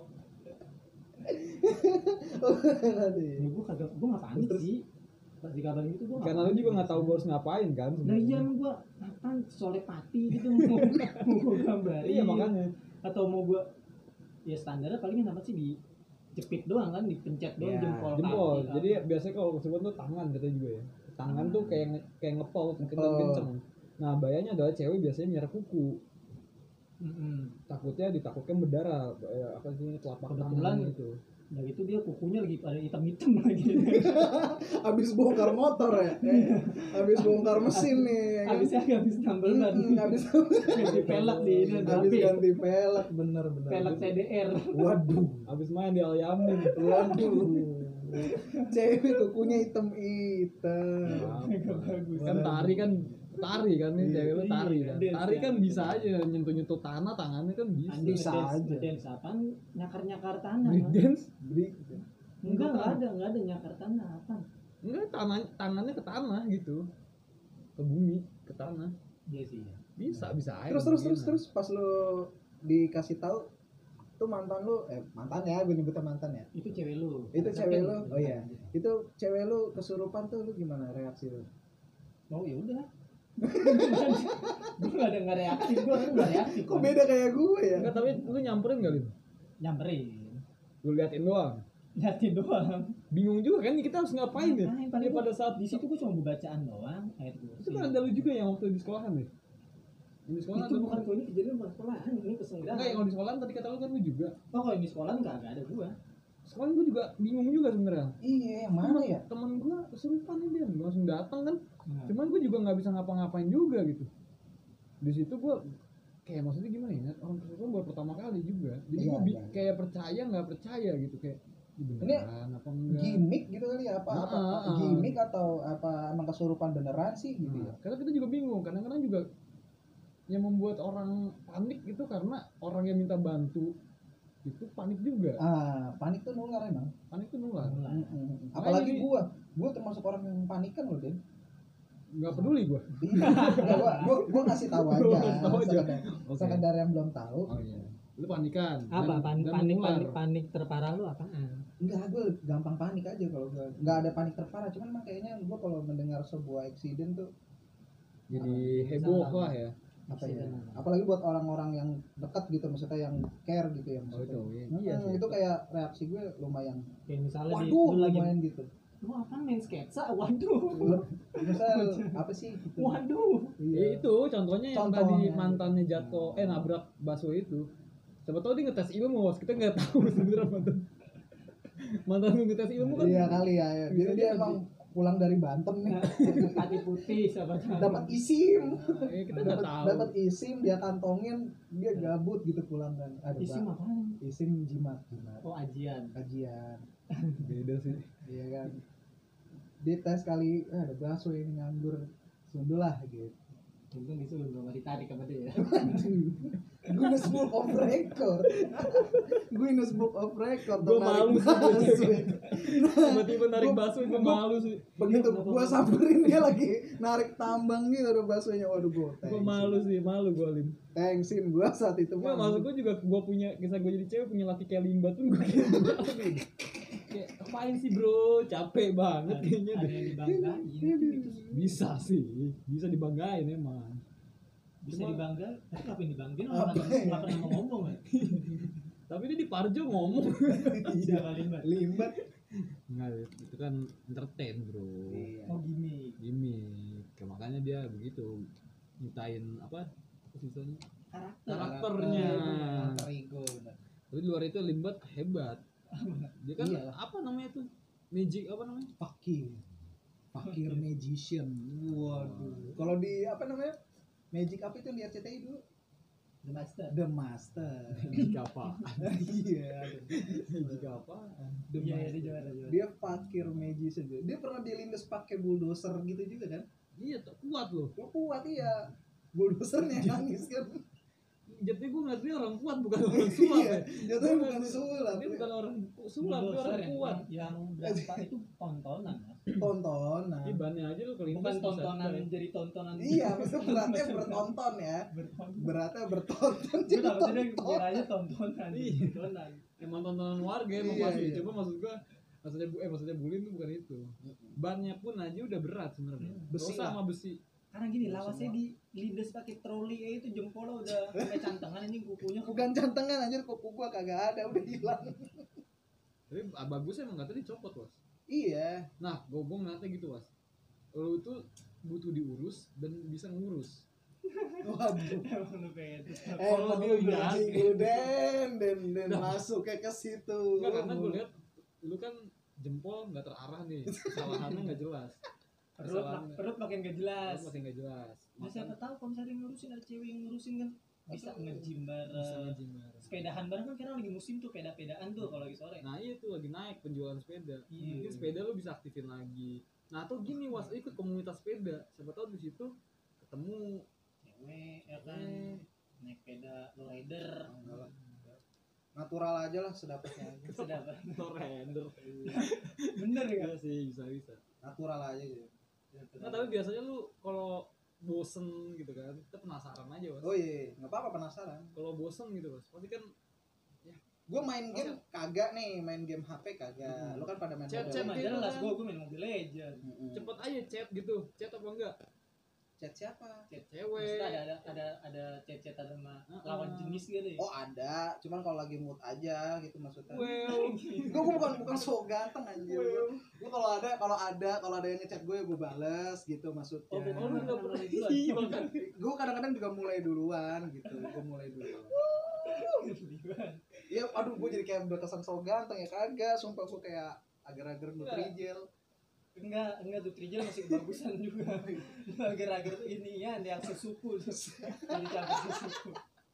Ya gue kagak, gue nggak panik sih. Pas dikabarin gitu gue. Karena lu juga nggak tahu gue harus ngapain kan. Nah iya gue apaan soleh pati gitu mau mau gue gambarin. Iya makanya. Atau mau gue ya standarnya paling apa sih di jepit doang kan dipencet doang Ya, jempol Jempol. kaki, Jadi biasanya kalau kesurupan tuh tangan katanya juga ya. Tangan tuh kayak nge- kayak ngepol, kenceng-kenceng. Nah, bahayanya adalah cewek biasanya nyerah kuku. Mm-mm. Takutnya ditakutkan berdarah, eh, apa sih telapak Kebetulan tangan gitu. Nah itu dia kukunya lagi pada hitam-hitam lagi. Abis bongkar motor ya. Eh, Abis bongkar mesin nih. ya kan? Habisnya habis tambal ban. Mm, Abis Ganti pelek di ini Abis rapi. ganti pelek bener bener. Pelek C D R. Waduh. Habis main di Al-Yamin. Waduh. Cewek kukunya hitam-hitam. Gak bagus. Kan tari kan tari kan nih Iya. cewek lu tari Iya, kan. dance Tari ya. kan bisa aja nyentuh-nyentuh tanah, tangannya kan bisa. Anjing Bisa ngedance- aja. ngedance apaan? Nyakar-nyakar tanah. Break Mas. dance? Break. Enggak, enggak ada, enggak ada nyakar tanah apa? Enggak, tangan tangannya ke tanah gitu. Ke bumi, ke tanah. Iya sih. Ya. Bisa, bisa aja. Terus terus terus mungkin. terus pas lu dikasih tahu tuh mantan lu eh mantan ya gue nyebutnya mantan ya. Itu cewek lu. Itu Tapi cewek kan- lu. Oh iya. Itu cewek lu kesurupan tuh lu gimana reaksi lu? Oh ya udah. Gue gak ada nggak reaksi, gue nggak reaksi. Kok beda kayak gue ya? Enggak, tapi lu nyamperin enggak, Lin? Nyamperin, Lu liatin doang. liatin doang. Bingung juga kan kita harus ngapain ya? Ngapain? Ya Paling pada saat Di situ gue cuma bacaan doang, ayat itu kursi. kan ada lu juga yang waktu di sekolahan deh. Yang di sekolahan Itu ada bukan lu. gue ini kejadian bukan sekolahan, ini kesenggaraan. Enggak, yang di sekolahan tadi kata lu kan lu juga. Oh kalau di sekolahan nggak nggak ada gua. Sekolahan gua juga bingung juga sebenarnya. Iya, yang mana ya? Temen gua kesurupan nih dia, gua langsung datang kan. Nah, Cuman gua juga nggak bisa ngapa-ngapain juga gitu. Di situ gua kayak maksudnya gimana ya? Orang kesurupan baru pertama kali juga. Jadi Iya, gua bi- iya. kayak percaya nggak percaya gitu kayak "Ih, beneran apa enggak?" Gimik gitu kali ya? Apa apa? Nah, ah, ah. Gimik atau apa emang kesurupan beneran sih gitu Nah, ya? karena kita juga bingung, kadang-kadang juga yang membuat orang panik itu karena orang yang minta bantu itu panik juga. Ah, panik tuh nular emang. Panik itu nular. mulai. Mm-mm. Apalagi ini- gua, gua termasuk orang yang panikan loh, Den. Nggak peduli gua. Iya, Nggak, gua, gua, gua ngasih tahu aja, Gua ngasih tahu aja. sekedar, Oke. sekedar yang belum tahu. Oh iya. Lu panikan. Apa Dan- panik dan panik menular. panik panik terparah lu apaan? Enggak, gua gampang panik aja kalau gua. Nggak ada panik terparah, cuman emang kayaknya gua kalau mendengar sebuah eksiden tuh Jadi heboh Salah. lah ya. apa ya? Eksiden apa? Apalagi buat orang-orang yang dekat gitu, maksudnya yang care gitu ya Oh maksudnya. itu. Iya, Hmm, iya sih. itu kayak reaksi gue lumayan. Kayak misalnya di Waduh, lu lagi lumayan gitu. lu apa main sketsa? Waduh. Misal apa sih? Gitu. Waduh. Ya Iya. itu contohnya yang tadi Contohnya. mantannya jatuh eh nabrak bakso itu. Siapa tahu dia ngetes ilmu, bos. Kita nggak tahu sebenarnya mantan. Mantan lu ngetes ilmu kan. Iya kali ya. ya. Jadi Bisa dia jadi. emang pulang dari Banten nih. Pati putih siapa tahu. Dapat isim. Eh, kita nggak Dapat tahu. dapat isim dia kantongin, dia gabut gitu pulang kan. Aduh, Isim Pak. apaan? Isim jimat, jimat. Oh ajian. Kajian. Beda sih. Iya kan. Di tes kali, eh, ada bakso ini nganggur. Sundul lah gitu. Untung disuruh belum ditarik sama dia. Guinness Book of Record. Guinness Book of Record. Gua Narik malu sih, bakso. Tiba-tiba narik Gua- bakso gua gua- malu sih. Begitu Kenapa gua malu? samperin dia lagi narik tambang gitu ada baksonya. Waduh gua. Gua malu sih, malu gua Lim. Thanksin gua saat itu Enggak, maksud gua juga gua punya kisah gua jadi cewek punya laki kayak Limba tuh gua kayak kayak apain sih bro, capek banget kayaknya Ada deh. yang dibanggain. Bisa sih, bisa dibanggain emang. Bisa Cuma- dibanggain. Tapi apa yang dibanggain? Apa Orang ya? nggak pernah mau ngomong kan? Tapi dia di Parjo ngomong. Iya kali mbak. Limbat. Enggak, itu kan entertain bro. Iya. Oh gini. Gimik. Kayak makanya dia begitu. Nyiptain apa? Sisanya. karakter. karakternya. Alter ego benar. Tapi di luar itu Limbat hebat. Dia kan Iyalah. apa namanya tuh? Magic apa namanya? Fakir. Fakir magician. Waduh. Kalau di apa namanya? Magic apa itu yang di R C T I dulu? The Master. The Master. Magic apa? Iya. Magic apa? The Iya, iya, Master. dia juara, juara. Dia fakir magician. Dia pernah dilindas pakai bulldozer gitu juga kan? Iya, tak kuat loh. Lo kuat iya. Bulldozernya nangis kan. Jatuhnya gue ngeliat dia orang kuat bukan orang sulap Iya, ya. jatuhnya bukan sulap. Dia bukan orang sulap, dia Bulldozer orang yang- kuat. Yang berapa itu tontonan ya? Tontonan. Ini bannya aja lu kelindas Bukan bisa. tontonan jadi tontonan. Iya, maksudnya beratnya bertonton ya. Bertonton. Beratnya bertonton Gue jadi takutnya dia tonton. kira aja tontonan. Iya. Tontonan. Emang tontonan warga emang Iya, pasti. iya. Coba maksud gua maksudnya bu eh maksudnya bullying itu bukan itu. Bannya pun aja udah berat sebenarnya. Besi Besi lah. sama besi. Karena gini, Semua. lawasnya di lindes pakai troli ya itu jempolnya udah sampai cantengan ini kukunya. Bukan jantengan anjir, kuku gua kagak ada, udah hilang. Tapi ah, bagusnya emang katanya dicopot, Was. Iya. Nah, gua gua ngeliatnya gitu, Was. Lu itu butuh diurus dan bisa ngurus. Waduh. Emang lu pengen. Emang dia dia udah- den den den Nah. masuk kayak ke situ. Enggak, karena gua lihat lu kan jempol nggak terarah nih. Kesalahannya nggak jelas. Perut, Kesalahannya- perut makin gak jelas. Lu masih nggak jelas. Nah, siapa tahu kalau misalnya ngurusin ada cewek yang ngurusin kan bisa Aduh. nge-gym Bisa bareng. ngejim bareng. Sepedahan bareng kan sekarang lagi musim tuh peda-pedaan tuh kalau lagi sore. Nah iya tuh lagi naik penjualan sepeda. Iya. Mungkin sepeda lu bisa aktifin lagi. Nah atau gini, Was, ikut komunitas sepeda. Siapa tahu di situ ketemu. Cewek ya kan Eh. naik sepeda rider. Enggak lah. Natural aja lah sedapatnya. Sedap. Render. Bener ya? Iya sih, bisa bisa. Natural aja gitu. Nah tapi biasanya lu kalau bosen gitu kan, kita penasaran aja, Was. Oh iya, nggak apa-apa penasaran. Kalau bosen gitu, Was, pasti kan Gue main game kagak nih, main game H P kagak. Hmm. Lo kan pada main Chat, Mobile chat. Cuma Legends. jelas kan. gua gua main Mobile Legends. Mm-mm. cepet aja chat gitu. Chat apa enggak? Chat siapa? Chat Cewek. Maksudnya ada ada ada ada chat-chat sama Uh-uh. lawan jenis gitu ya. Oh ada, cuman kalau lagi mood aja gitu maksudnya. Well, Gue bukan bukan so ganteng anjir. Gue kalau ada kalau ada kalau ada yang ngechat gue gue bales gitu maksudnya. Oh, bener. oh lu nggak pernah Iya, iya bahkan. Gue kadang-kadang juga mulai duluan gitu. Gue mulai duluan. Ya aduh gue jadi kayak berkesan so ganteng ya kagak. Sumpah gue kayak agar-agar nutrijel. Enggak, enggak tuh Trijel masih bagusan juga. Agar-agar tuh ini ya yang susuku. Yang dicampur susuku.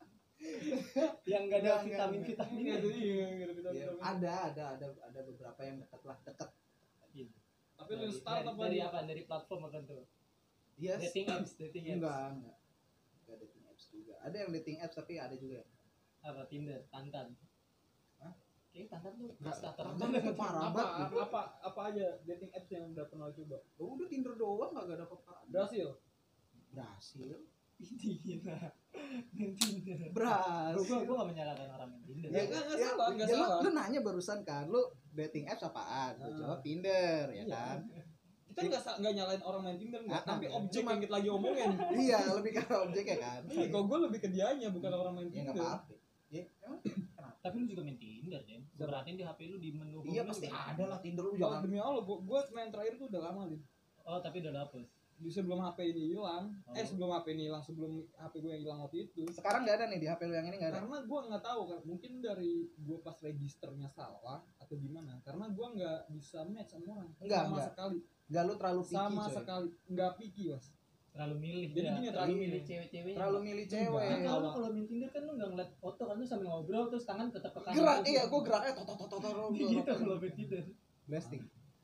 Yang enggak ada Enggak, vitamin-vitamin. Iya tuh, iya, nggak ada vitamin. Ya, ada ada ada ada beberapa yang dekat lah dekat. Tapi lu start dari, apa dari nih? apa? Dari platform apa tuh? Yes. Dating apps, dating apps. Enggak enggak. Enggak dating apps juga. Ada yang dating apps tapi ada juga. Apa Tinder, Tantan. Hah? Kayaknya Tantan tuh Enggak, starter Tantan itu parah Apa, banget. apa, apa, apa aja dating apps yang udah pernah coba? Oh, udah Tinder doang kagak ada apa-apa. Berhasil? Berhasil. Gila. Main Tinder. Berhasil. Gua gua gua enggak menyalahkan orang main Tinder. Ya, nggak, nggak salah, nggak ya, lu- salah. Lu, nanya barusan kan, lu dating apps apaan? Gua Ah. jawab Tinder, ya Iya. kan? Kita nggak sa- nggak nyalain orang main Tinder nggak, Ah, tapi ah. objek yang kita lagi omongin. Iya, lebih ke objek ya kan? Iya, kok gue lebih ke dianya bukan orang main Ya nggak Tinder. apa-apa. Ya, emang Tapi lu juga main Tinder, Jen. Gua perhatiin di H P lu di menu home iya lu pasti juga. ada lah Tinder lu Oh, jangan. demi Allah, gua, gua main terakhir tuh udah lama nih. Oh, tapi udah dihapus. Di sebelum H P ini hilang, Oh. eh sebelum H P ini hilang, sebelum H P gue yang hilang waktu itu. Sekarang nggak ada nih di H P lu yang ini nggak ada. Karena gue nggak tahu kan, mungkin dari gue pas registernya salah atau gimana. Karena gue nggak bisa match sama orang, Enggak, sama enggak. sekali, Nggak lu terlalu picky sama coy. sekali, nggak picky, Was. Terlalu milih. Jadi ya. gini, terlalu terlalu milih milih. cewek-ceweknya. Terlalu milih cewek. Kan Enggak. kalau lu kalau main Tinder kan lu enggak ngeliat foto kan lu sambil ngobrol terus tangan tetap ke kanan. Gerak, terus. iya gua geraknya tot tot tot tot tot. Gitu kalau main Tinder. Blasting.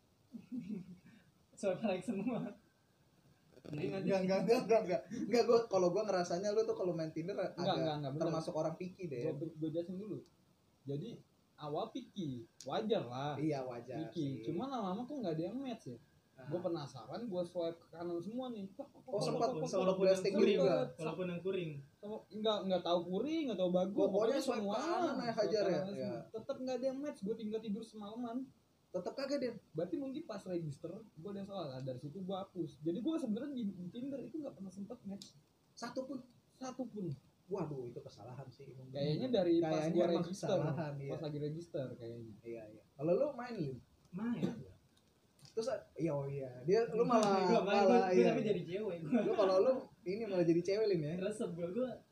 Swipe like semua. Jadi nanti Enggak, enggak, enggak, enggak, enggak. Enggak, gua kalau gua ngerasanya lu tuh kalau main Tinder agak enggak, enggak, bener. termasuk orang picky deh. Gue gue jelasin dulu. Jadi awal picky, wajar lah. Iya, wajar Picky, sih. cuma lama-lama kok nggak ada yang match ya. Nah. Gue penasaran, gue swipe ke kanan semua nih. Oh, sempat Walaupun- sempat walaupun blasting yang kuring, juga. walaupun yang kuring. Sama, nggak nggak tahu kuring, nggak tahu bagus. Pokoknya swipe kanan aja hajar ya? Iya. Tetap nggak ada yang match. Gue tinggal tidur semalaman. Tetap kagak deh. Berarti mungkin pas register gue ada yang salah. Nah, dari situ gue hapus. Jadi gue sebenarnya di, di Tinder itu nggak pernah sempet match Satu pun. satu pun. Waduh, itu kesalahan sih. Kayaknya dari pas Kayaknya gue emang register, kesalahan, iya. pas lagi register kayaknya. Iya, iya. Kalau lu main Lim. Main. Terus iya oh iya. Dia lu malah Gua main, gua- malah gua iya. tapi jadi cewek gua. Lu kalau lu ini malah jadi cewek Lim ya. Resep gua gua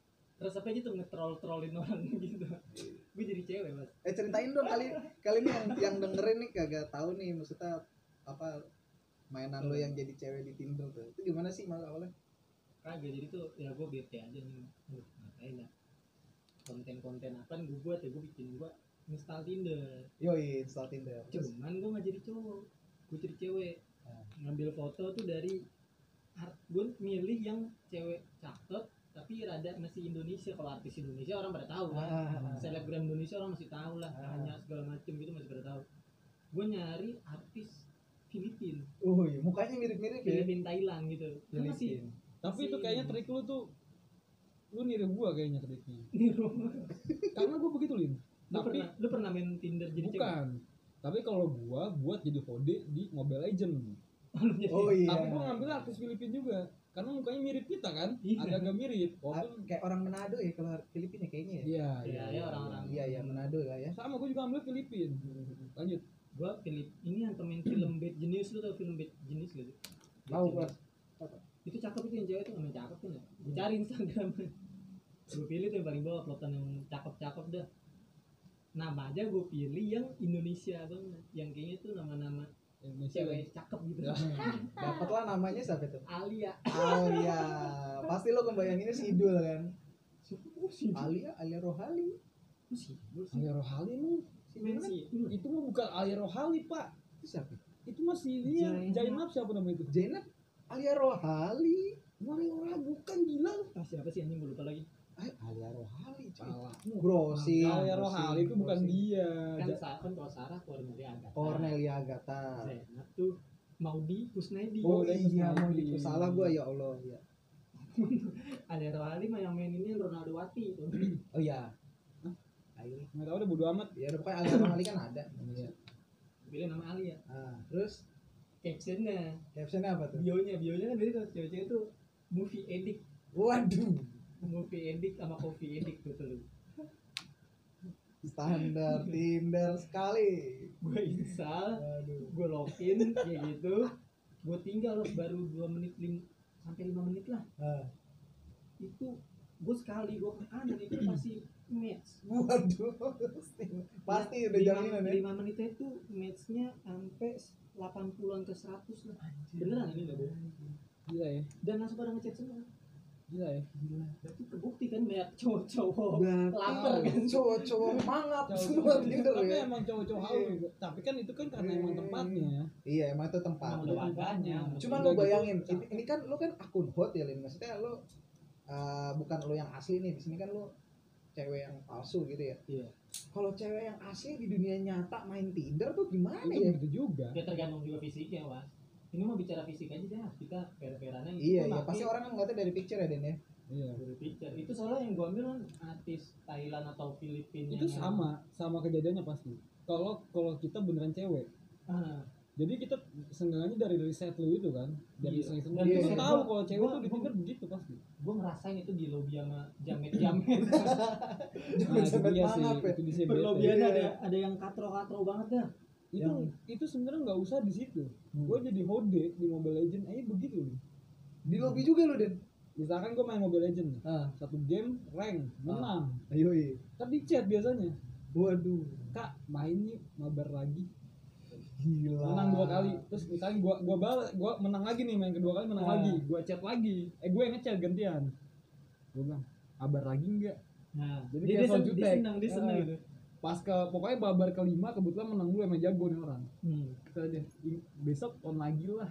terus apa gitu nge-troll-trollin orang gitu. Gue jadi cewek mas. Eh ceritain dong kali kali ini yang yang dengerin nih kagak tahu nih maksudnya apa mainan lo yang jadi cewek di Tinder tuh. Itu gimana sih mas awalnya? Kagak, jadi tuh ya gue bete aja nih. Aduh, ngapain ya? Konten-konten apa gue buat ya, gue bikin gue install Tinder. Yoi, install Tinder. Cuman gue gak jadi cowok, gue jadi cewek. Ah. Ngambil foto tuh dari, gue milih yang cewek cakep tapi rada masih Indonesia. Kalau artis Indonesia orang pada tahu kan, Ah. selebgram Indonesia orang masih tahu lah, Ah. hanya segala macem gitu masih pada tahu. Gue nyari artis Filipin, Oh iya, mukanya mirip-mirip ya. Filipin Thailand gitu. Kan masih Filipin. Tapi itu kayaknya trik lu tuh, lu niru gua kayaknya triknya. niru. Karena gua begitu Lin. Lu Tapi pernah, lu pernah main Tinder jadi cewek? bukan. Tapi kalau gua buat jadi hode di Mobile Legend. Lu jadi- Oh iya. Tapi gua ngambil artis Filipin juga. Karena mukanya mirip kita kan, Iya. agak-agak mirip. Ah, Walaupun kayak orang Manado ya kalau Filipina kayaknya ya. iya, Iya, iya, orang-orang. Iya iya Manado lah ya. Sama gua juga ambil Filipin. Lanjut. Gua Filip ini yang pemain film Bad Genius, lu tau film Bad Genius gak sih? Tahu Bad Mas. Genius. Itu cakep itu yang cewek itu namanya cakep kan ya? Gua cari Instagram. Gua pilih tuh yang paling bawah uploadan yang cakep-cakep dah. Nama aja gua pilih yang Indonesia banget, yang kayaknya tuh nama-nama Indonesia. cewek cakep gitu. Dapatlah namanya siapa tuh? Alia. Oh iya, pasti lo kebayanginnya si Idul kan? Oh sih. Alia, Alia Rohali. Oh sih. Alia Rohali nih. Si mana? Mensi. Itu mah bukan Alia Rohali, Pak. Itu siapa? Itu masih dia Zainab. Zainab siapa namanya itu? Zainab Alia Rohali. Alia Rohali bukan gila lu. Ah, siapa sih anjing, gua lupa lagi. Eh, Alia Rohali cuy. Salah. Grossi. Alia Rohali itu bukan dia. Kan Ja- Sa- kan kalau Sarah Cornelia Agatha. Cornelia Agatha. Zainab tuh Maudi Kusnaidi. Oh udah iya, Kusnaidi. mau gitu salah gua ya Allah ya. Ada Rohali mah yang main ini Ronaldo Wati itu. Oh iya. Ayo. Nggak tahu udah bodo amat. Ya udah pokoknya Alia Rohali kan ada. Iya. Pilih nama Alia. Ah, terus Captionnya, captionnya apa tuh? bionya, bionya kan dari cewek-cewek tuh movie edit, Waduh, movie edit sama coffee edit gitu loh. standar Tinder sekali. Gue install, Waduh. gue login kayak gitu, gue tinggal loh baru dua menit lim, sampai lima menit lah. Ah. Itu gue sekali gue ke kanan itu pasti match. Waduh, pasti udah jaminan ya. lima menit itu matchnya sampai delapan puluhan ke seratus lah. Beneran ini nggak bohong. Gila ya. Dan langsung pada ngechat semua. Gila ya. Gila. Berarti kebukti kan banyak cowok-cowok Berarti lapar kan. cowok-cowok mangap Cowok- semua Tinder Tapi ya. emang cowok-cowok haus juga. Tapi kan itu kan karena emang tempatnya. Iya, emang itu tempat. Emang udah warganya. Cuma Udah lo bayangin, gitu. ini, ini kan lo kan akun hot ya, Lin. Maksudnya lo uh, bukan lo yang asli nih. Di sini kan lo cewek yang palsu gitu ya. Iya. Kalau cewek yang asli di dunia nyata main Tinder tuh gimana Itu ya? begitu juga. Ya tergantung juga fisiknya, Mas. Ini mau bicara fisik aja dah. Kita fair-fairannya. Iya, iya. Pasti orang kan ngeliatnya dari picture ya, Den ya. Iya. dari picture. Itu soalnya yang gua ambil kan artis Thailand atau Filipina. Itu sama, sama kejadiannya pasti. Kalau kalau kita beneran cewek. Ah, Jadi kita seenggaknya dari riset lu itu kan, dari Iya. riset Dan lu itu kita gua- tahu kalau cewek gua- tuh di gua- Tinder begitu pasti. gua ngerasain itu di lobby sama jamet-jamet. Nah, itu Sampai dia sih, mangap ya. itu dia Berlobian Iya. ada ada yang katro-katro banget dah. Itu Yang- itu sebenarnya nggak usah di situ. Hmm. Gue jadi hode di Mobile Legend, aja begitu nih. Di lobby juga lo, Den. Misalkan gue main Mobile Legend nih, Ah, satu game rank menang, ayo iya. kan di chat biasanya, Waduh, kak main yuk mabar lagi, gila. menang dua kali, terus misalnya gua gua balas, gua menang lagi nih, main kedua kali menang Ah. lagi, gua chat lagi, eh gue yang ngechat gantian, gua bilang mabar lagi enggak, Nah, Jadi dia, kayak dia, sen- Sojutek. dia senang, dia senang Ah. gitu. pas ke pokoknya babar kelima kebetulan menang dulu, emang jago nih orang, Hmm. kata dia "I- besok on lagi lah,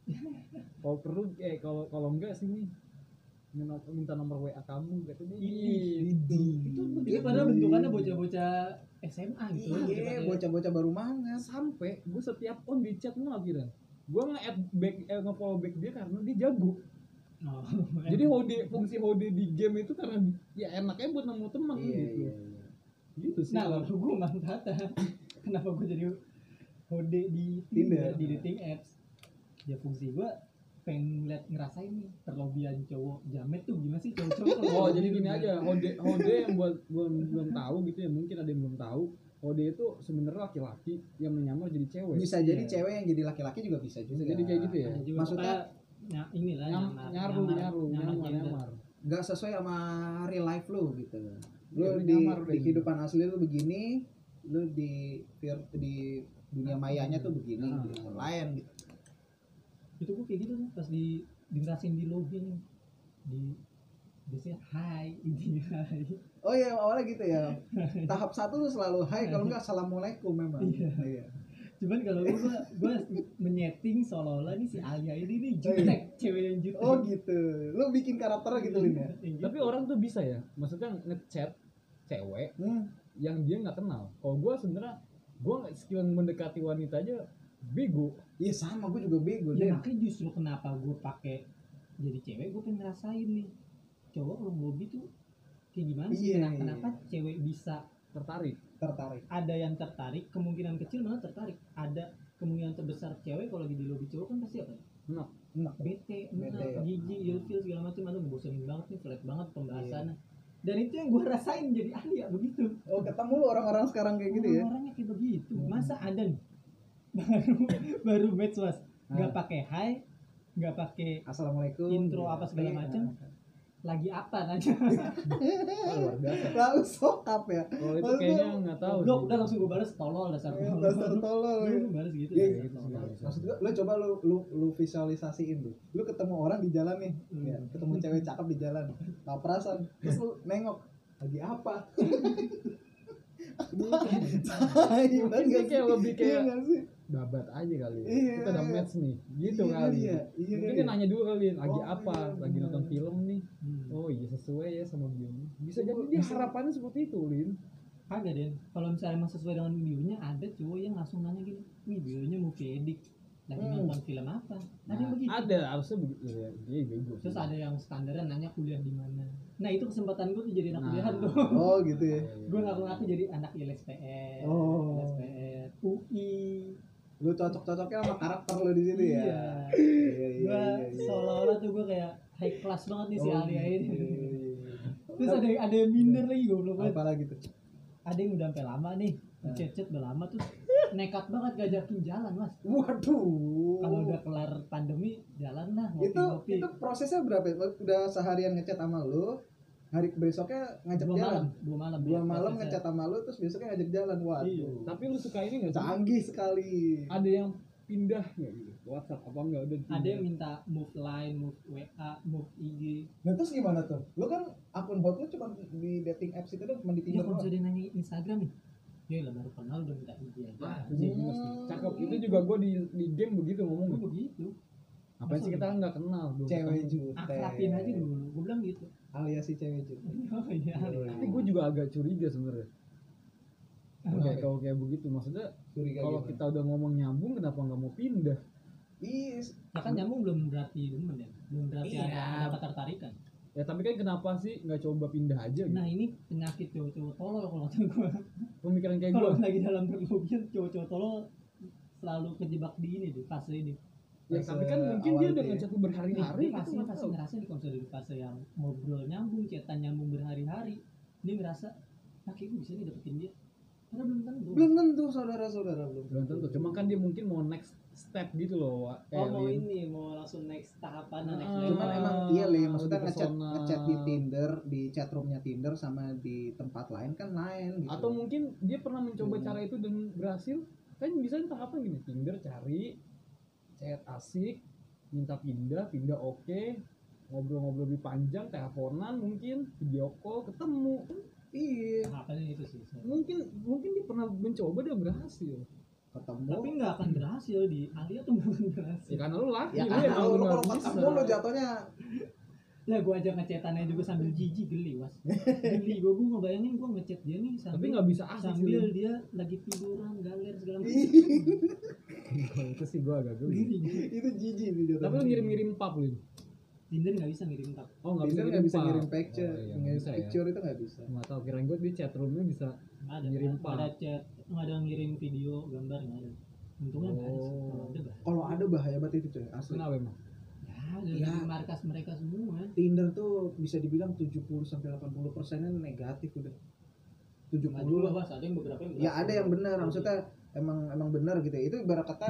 kalau perlu eh kalau kalau enggak sini minta, minta nomor W A kamu, kata dia gitu. Itu, itu padahal bentukannya bocah-bocah S M A gitu. Iya, bocah-bocah baru mangat. Sampai gue setiap on di chat mulu akhirnya gue nge-add back, eh, nge-follow back dia karena dia jago. Oh, Jadi hode, fungsi hode di game itu karena ya enaknya buat nemu teman Iya, gitu. iya, iya. Gitu sih. nah kalau gue manfaatnya kenapa gue jadi hode di Tinder. Tinder, di dating apps, ya fungsi gue pengen lihat ngerasain nih perlobian cowok jamet tuh gimana sih cowok-cowok. Oh jadi gini aja, hode hode yang buat belum belum tahu gitu ya, mungkin ada yang belum tahu. Hode itu sebenarnya laki-laki yang menyamar jadi cewek. Bisa jadi Iya. cewek yang jadi laki-laki juga bisa juga. Bisa jadi kayak gitu ya. Nah, juga Maksudnya pokoknya ny- inilah Nyam, nyamar, nyaru, nyamar, nyaru, nyamar nyamar, gender. nyamar. nggak sesuai sama real life lu gitu. Lu Ya, di, nyamar di deh. kehidupan asli lu begini, lu di vir- di dunia mayanya tuh begini Nah. gitu. Lain gitu. Itu gue kayak gitu tuh pas di dingerasin di lobby nih di biasanya hai ini hai. Oh iya awalnya gitu ya. Tahap satu tuh selalu hai, kalau enggak assalamualaikum memang. Iya. Iya. Cuman kalau gue gue menyeting seolah-olah nih si Alia ini nih jutek, cewek yang jutek. Oh gitu. Lu bikin karakternya gitu Lin ya. Yang gitu. Tapi orang tuh bisa ya, maksudnya ngechat cewek Hmm. yang dia nggak kenal. Kalau gue sebenarnya gue nggak skill mendekati wanita aja bego. Iya sama, gue juga bego Ya deh. makanya justru kenapa gue pakai jadi cewek, gue pengen ngerasain nih cowok orang lobby tuh kayak gimana sih. Iya, Kenapa, iya. kenapa cewek bisa Tertarik. Tertarik. ada yang tertarik, kemungkinan kecil malah tertarik, ada kemungkinan terbesar cewek kalau lagi di lobby cowok kan pasti apa ya? Enak. Enak. bete, Bete, enak, ya. jijik, ilfil segala macam, aduh ngebosenin banget nih, flat banget pembahasannya. Iya. Dan itu yang gue rasain jadi Alia begitu. Oh ketemu lu orang-orang sekarang kayak gitu ya. Orang-orangnya kayak begitu. Hmm. Masa ada nih baru baru match was nggak Nah. pakai hi, nggak pakai Assalamualaikum. intro Iya. apa segala Iya. macam. Lagi apa nanya? Oh, luar biasa. Lalu sokap ya. Kalau itu Maksud kayaknya gua- nggak tahu. Goblok, sih. udah langsung gue balas tolol dasar Eh, tolol. dasar tolol ya. Gue balas gitu. Iya, ya, iya. gitu. Maksud gua, lu coba lu lu lu visualisasiin tuh. Lu ketemu orang di jalan nih, Hmm. ya, ketemu cewek cakep di jalan, nggak perasaan, terus lu nengok lagi apa? Tai Mungkin banget dia nggak kayak sih? lebih Iya kayak nggak sih? babat aja kali. ya. Iya. Kita udah match nih. Gitu Iya kali. kali ya, iya Mungkin kali dia ya. nanya dulu kali, lagi Oh, apa? iya, Lagi bener. nonton film nih. Hmm. Oh iya sesuai ya sama bionya. Bisa Oh, jadi dia bisa. harapannya seperti itu, Lin. Kagak deh. Kalau misalnya emang sesuai dengan bionya, ada cowok yang langsung nanya gini, "Wih, bionya movie edit. Lagi Hmm. nonton film apa?" Ada Nah, yang begitu. ada harusnya begitu ya. Dia bego. sih. Terus ada yang standaran nanya kuliah di mana. Nah, itu kesempatan gue tuh jadi anak Nah. kuliahan tuh. Oh gitu ya. Iya, iya, Gue iya. ngaku-ngaku jadi anak I L S P R, Oh. I L S P R, U I. Lu cocok-cocoknya sama karakter lu di situ ya. Iya. Iya iya Gue iya. iya. seolah-olah tuh gue kayak high class banget nih si Oh, Alia iya, ini. iya, iya. Terus ada ada yang minder lagi goblok banget. Apa lagi tuh? Ada yang udah sampai lama nih, Nah. chat-chat udah lama tuh nekat banget ngajakin jalan, Mas. Waduh. Kalau udah kelar pandemi, jalan lah itu ngopi-ngopi. itu prosesnya berapa? ya? Udah seharian ngechat sama lu, hari besoknya ngajak dua jalan. malam, dua malam. Dua ya, malam prosesnya. ngechat sama lu terus besoknya ngajak jalan. Waduh. Iya. Tapi lu suka ini nggak sih? Canggih sekali. Ada yang pindah nggak gitu? WhatsApp apa enggak udah? Ada yang minta move line, move W A, move I G. Nah terus gimana tuh? Lu kan akun hot lu cuma di dating apps itu doang, cuma di Ya Tinder kalau doang. misalnya dia nanya Instagram nih, ya lah baru kenal udah minta I G aja. Ah, itu sih gemes nih. Cakep. Itu juga gue di di game begitu ngomong. Gue begitu. Apa sih kita kan nggak kenal, belum Cewek ketemu. jutek. Akrabin aja dulu. Gue bilang gitu. Alias si cewek jutek. Oh iya. Tapi gue juga agak curiga sebenarnya. Kenapa Kayak ya? kalau kayak begitu maksudnya Curiga kalau gimana? kita udah ngomong nyambung kenapa nggak mau pindah? Iya. Ya kan nyambung belum berarti demen ya. Belum berarti Iya. ada, ada ketertarikan. Ya tapi kan kenapa sih nggak coba pindah aja gitu? Nah ini penyakit cowok-cowok tolol kalau kata gue. Pemikiran kayak gue. Kalau lagi dalam perlobian cowok-cowok tolol selalu kejebak di ini di fase ini. Ya Fase tapi kan mungkin awal dia itu udah ya. ngechat lu berhari-hari Dia gitu, pasti nggak pasti tahu. ngerasa di konsol di fase yang ngobrol nyambung, chatan nyambung berhari-hari. Dia ngerasa, nah kayak gue bisa nih dapetin dia. Karena belum tentu. Belum tentu saudara-saudara belum. Belum tentu. Cuma kan dia mungkin mau next step gitu loh. Wak. Oh Eh, mau Lin. ini, mau langsung next tahapan, Ah, next Cuman level. emang iya li, maksudnya lebih ngechat personal. ngechat di Tinder, di chatroomnya Tinder sama di tempat lain kan lain gitu. Atau mungkin dia pernah mencoba Hmm. cara itu dan berhasil. Kan bisa tahapan gini, Tinder cari chat asik, minta pindah, pindah oke, ngobrol-ngobrol lebih panjang, teleponan mungkin, video call, ketemu. iya, Tahapannya itu sih. Mungkin mungkin dia pernah mencoba dan berhasil. ketemu. Tapi nggak akan berhasil di Alia tuh nggak akan berhasil. Ya karena lu laki, ya lu kan emang lu nggak kalau bisa. ketemu lu jatuhnya Lah gue ajak ngechatannya juga sambil jijik geli was. Geli gue gue ngebayangin gue ngechat dia nih sambil Tapi nggak bisa asik sih. sambil Lin. dia lagi tiduran galer segala macam. Kalau itu sih gua agak geli. Geli. itu jijik di jatuhnya. Tapi lu ngirim-ngirim pap lu. Tinder nggak bisa ngirim tap. Oh nggak bisa Tinder nggak bisa pap. ngirim picture, Oh, iya, nggak ngirim bisa ya. picture itu nggak bisa. Nggak tahu, kirain gua di chat roomnya bisa. Nggak ada. Ngirim Nggak ada pap. chat, nggak ada ngirim video, gambar nggak ada. Untungnya nggak ada. sih. Oh. Kalau ada bah. Kalau ada bahaya banget itu coy, asli. Kenapa emang? Ya, dari Ya. markas mereka semua. Tinder tuh bisa dibilang tujuh puluh sampai delapan puluh persennya negatif udah. tujuh Nggak puluh juga lah. was, ada yang beberapa yang Ya ada yang benar, berhasil. maksudnya emang emang benar gitu ya. Itu ibarat kata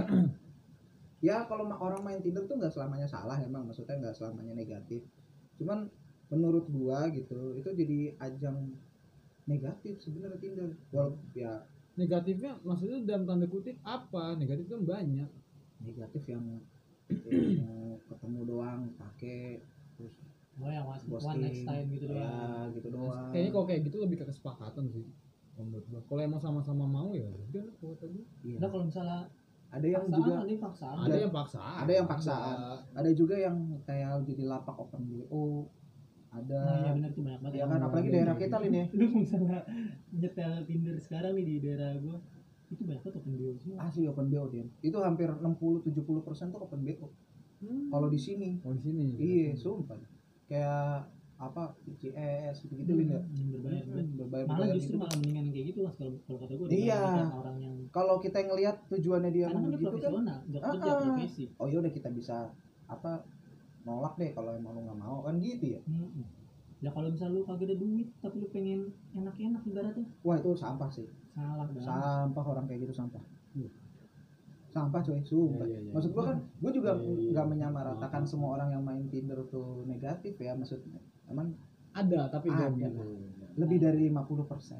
ya kalau ma- orang main Tinder tuh nggak selamanya salah emang, maksudnya nggak selamanya negatif. Cuman menurut gua gitu itu jadi ajang negatif sebenarnya Tinder. Walaupun ya Negatifnya maksudnya dalam tanda kutip apa? Negatif kan banyak. negatif yang, yang mau ketemu doang pakai terus Oh yang one, one ghosting, next time gitu doang. ya gitu doang. Kayaknya kalau kayak gitu lebih ke kesepakatan sih. Menurut gua. Kalau emang sama-sama mau ya udah kalau tadi. Iya. Nah kalau misalnya Ada yang paksaan, juga ada yang paksaan. Ada yang paksaan. ada yang paksaan. Ada juga yang kayak jadi lapak open B O. Ada Nah iya benar tuh banyak banget. ya yang kan ada apalagi yang daerah gitu. kita Lin ya. lu misalnya nyetel Tinder sekarang nih di daerah gua itu banyak banget open bio semua. Asli open B O dia. Itu hampir enam puluh tujuh puluh persen tuh open B O. Hmm. Kalau di sini. Oh di sini. Iya, sumpah. Kayak apa I C S gitu-gitu Lin ya. Hmm, berbayar Hmm, banget. berbayar- Malah berbayar justru gitu. malah mendingan kayak gitu mas kalau kalau kata gua Iya. dibandingkan orang yang Kalau kita ngelihat tujuannya dia karena mau kan dia gitu kan. profesional, job Ah, kerja ah. profesi. Oh ya udah kita bisa apa nolak deh kalau emang lu nggak mau kan gitu ya. Hmm. Ya kalau misal lu kagak ada duit tapi lu pengen enak-enak ibaratnya Wah itu sampah sih. salah banget. Sampah orang kayak gitu sampah. Iya. Sampah coy, sumpah. Iya, iya, iya. Maksud gua kan, gua juga Iya, iya, iya. nggak menyamaratakan semua orang yang main Tinder tuh negatif ya, maksudnya. Emang Ada tapi Ada. nggak gitu. lebih dari lima puluh persen.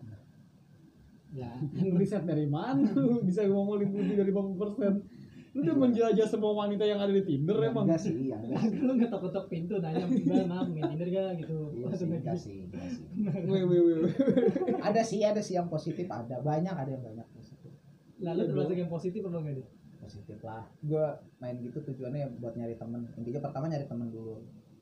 Ya Yang riset dari mana lu bisa ngomong lebih dari lima puluh persen? Lu udah menjelajah semua wanita yang ada di Tinder Ya, emang. enggak sih, ya enggak. lu nggak ketok pintu nanya mbak maaf main Tinder gak gitu. Iya sih, enggak sih, enggak sih. Wih, wih, wih. Ada sih, ada sih yang positif, ada banyak, ada yang banyak positif. Lalu termasuk yang positif apa enggak nih? Positif lah. Gua main gitu tujuannya ya buat nyari temen. Intinya pertama nyari temen dulu.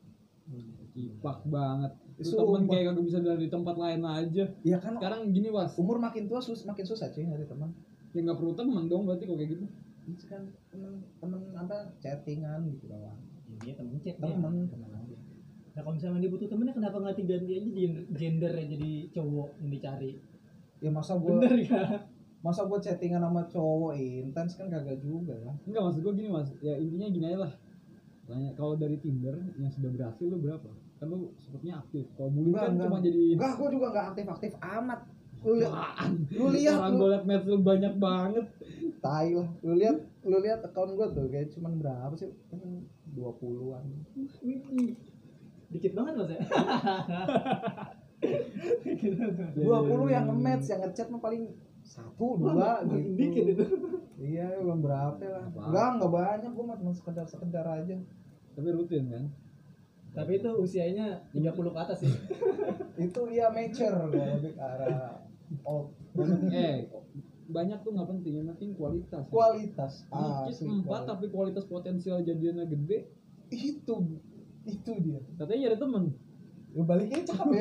Kipak banget. Lu Sumpah. temen kayak kagak bisa dari tempat lain aja. Iya kan, Sekarang gini was, umur makin tua sus makin susah cuy nyari teman. ya nggak perlu temen dong berarti kalau kayak gitu. Itu kan temen temen apa chattingan gitu doang. Ya, dia temen chat dia. Temen temen aja. Nah kalau misalnya dia butuh temennya kenapa nggak diganti aja gen- gendernya jadi cowok yang dicari? Ya masa gua Bener ya? masa gua chattingan sama cowok intens kan kagak juga kan. Enggak maksud gua gini mas, ya intinya gini aja lah. Tanya kalau dari Tinder yang sudah berhasil lu berapa? Kan lu sepertinya aktif. Kalau bullying kan cuma jadi Enggak, gua juga enggak aktif-aktif amat. Lu lihat, apaan? lu lihat Orang lu gue liat match lu banyak banget. tai lah. Lu lihat, lu lihat akun gua tuh kayak cuman berapa sih? Kan dua puluhan. Wih, dikit banget mas ya? dua puluh yang nge-match, yang nge-chat mah paling satu dua Makin gitu. dikit itu. Iya, belum berapa lah. Apa? Enggak, enggak banyak, gua mah cuma sekedar-sekedar aja. Tapi rutin kan? Tapi itu usianya tiga puluh ke atas sih. Itu ya mature gua lebih ke arah old. Eh, banyak tuh nggak penting, yang penting kualitas. Kualitas. Dikit Asli, empat kualitas. tapi kualitas potensial jadiannya gede. Itu itu dia. Katanya nyari temen. Ya baliknya capek.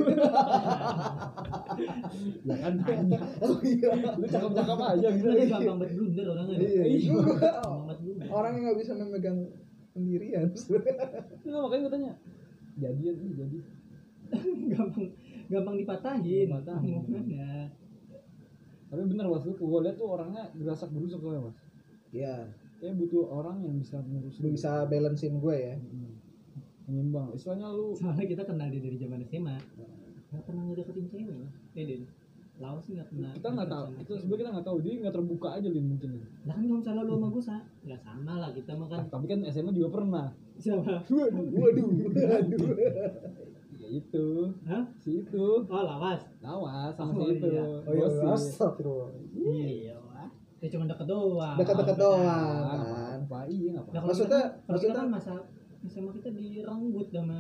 Ya kan tanya. Oh iya. Lu cakep-cakep aja gitu. Itu gampang banget blunder orangnya. Iya, iya. Gampang banget blunder. Orang yang nggak bisa memegang pendirian. Enggak makanya gue tanya. Jadian ini jadi. gampang gampang dipatahin. Dipatahin. Omongannya. Tapi bener was lu gue liat tuh orangnya gerasak gerusuk ya mas. Iya. Kayak butuh orang yang bisa ngurus. Lu bisa balancein gue ya. Hmm. Menyimbang. Istilahnya lu Soalnya kita kenal dia dari zaman S M A. Gak pernah ngedeketin cewek mas. Eh Den. Lawas sih gak pernah. kita nggak tahu. sama Itu cewek. sebenarnya kita nggak tahu dia nggak terbuka aja Lin mungkin. Lah kan kalau misalnya lu sama gue sa, ya sama lah kita mah kan. Tapi kan S M A juga pernah. Siapa? Waduh, waduh, waduh. Ya itu. Hah? Si itu. Oh lawas. Lawas sama Oh, si itu. iya. Oh iya, Gosip. astagfirullah. Iya wah. Ya cuma deket doang. Deket-deket Apa-apa. doang. Ah, nggak Kan. apa-apa. Iya nggak Nah, apa-apa. kalau Maksudnya- kita, kalau kita maksudnya- kan masa S M A kita direnggut sama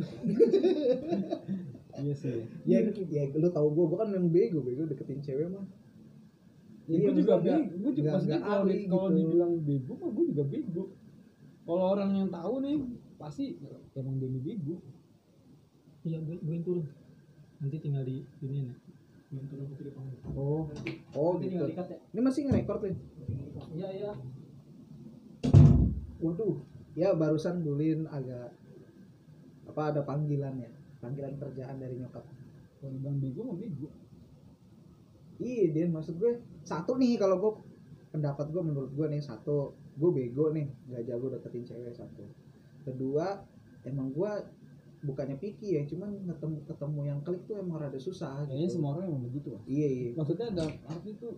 Iya sih. Ya, ya lu tahu gue, gue kan yang bego, bego deketin cewek mah. Ya, Iya, gue juga maksudnya bego. Gue juga nggak- maksudnya nggak kalau ahli di- kalau gitu. dibilang bego mah gue juga bego. Kalau orang yang tahu nih pasti emang dia ini bego. iya gue gue yang turun. Nanti tinggal di ini nih. Gue yang turun ke depan. Oh, oh Nanti gitu. tinggal dikat ya. Ini masih nge-record nih. Iya iya. Waduh, ya barusan Dulin agak apa ada panggilan ya, panggilan kerjaan dari nyokap. Kalau dibilang bego mah bego. Iya, dia maksud gue satu nih kalau gue pendapat gue menurut gue nih satu, gue bego nih, gak jago deketin cewek satu. Kedua, emang gue bukannya picky ya, cuman ketemu ketemu yang klik tuh emang rada susah. Kayaknya Gitu. semua orang emang begitu lah. Iya iya. Maksudnya ada arti tuh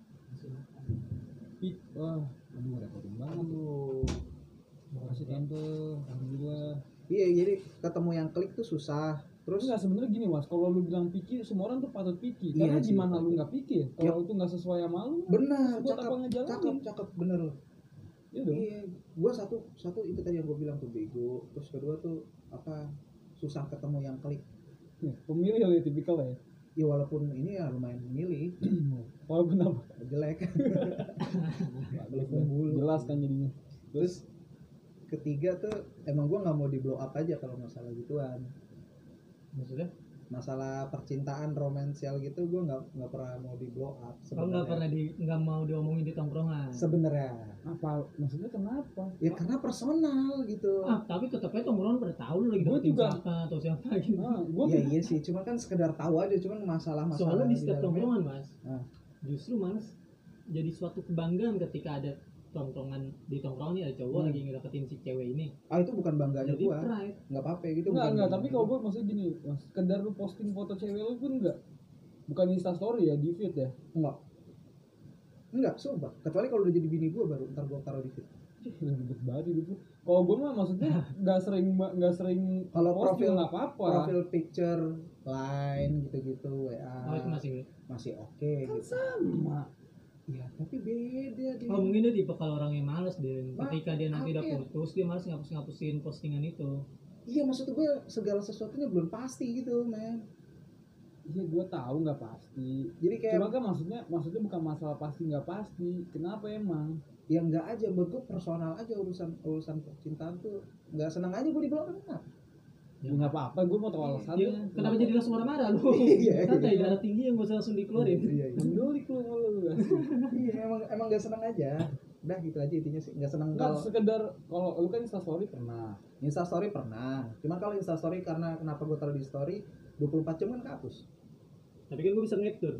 pik wah aduh repotin banget tuh. Aduh. Makasih tante, alhamdulillah. Iya, jadi ketemu yang klik tuh susah. Terus nggak sebenarnya gini mas, kalau lu bilang picky, semua orang tuh patut picky. Iya Karena sih, gimana patut. lu nggak picky ya? Kalau itu nggak sesuai sama lu, Benar, buat cakep, apa ngejalanin? cakep, cakep, bener. Iya dong. Iya, gua satu satu itu tadi yang gua bilang tuh bego. Terus kedua tuh apa susah ketemu yang klik. Ya, pemilih ya tipikal ya. Ya walaupun ini ya lumayan memilih, Walaupun apa? jelek. Jelas kan jadinya. Terus ketiga tuh emang gua nggak mau di blow up aja kalau masalah gituan. Maksudnya Masalah percintaan romansial gitu gua nggak nggak pernah mau di blow up kalau nggak pernah di nggak mau diomongin di tongkrongan. sebenarnya. Apa maksudnya kenapa? Ya karena personal gitu. Ah, tapi tetap aja tongkrongan pada tahu lu lagi Gua deketin juga. siapa atau siapa gitu. Nah, gua Iya iya sih, cuma kan sekedar tahu aja, cuman masalah-masalah Soalnya di di setiap dalamnya- tongkrongan mas, Ah. justru mas jadi suatu kebanggaan ketika ada tongkrongan di tongkrongan ini ada cowok Hmm. lagi ngedeketin si cewek ini. Ah itu bukan bangganya Jadi gua, pride. nggak apa-apa gitu. enggak bukan enggak, bangga tapi gua. kalau gua maksudnya gini, mas, sekedar lu posting foto cewek lu pun enggak. Bukan Insta story ya, di feed ya. enggak, enggak, sumpah. Kecuali kalau udah jadi bini gua baru ntar gua taruh di feed. Ih, ribet banget itu. Kalau gua mah maksudnya enggak sering enggak sering Kalau posting, profil nggak apa-apa. profil picture, line gitu-gitu, W A Oh itu masih. masih oke gitu. Sama. Ya tapi beda dia. Oh mungkin dia tipe kalau orang yang males deh. Ma- Ketika dia nanti udah akhir. putus dia males ngapus-ngapusin postingan itu. Iya maksud gue segala sesuatunya belum pasti gitu men. Iya, gua tahu nggak pasti. Jadi kayak Cuma kan maksudnya maksudnya bukan masalah pasti nggak pasti. Kenapa emang? ya enggak aja, buat gue personal aja urusan urusan percintaan tuh nggak senang aja gue dibawa kenapa? Ya nggak apa-apa, gua mau tahu Dia, alasannya. kenapa jadi langsung marah-marah lu? Iya, Santai iya. darah tinggi yang gak usah langsung dikeluarin. Iya iya. Mendolik lu sama lu. Iya emang emang nggak senang aja. Udah gitu aja intinya sih, nggak senang Enggak kalau sekedar kalau lu kan Insta story pernah. Insta story pernah. Cuman kalau Insta story karena kenapa gue taruh di story dua puluh empat jam kan kehapus. Tapi kan gue bisa nge-capture.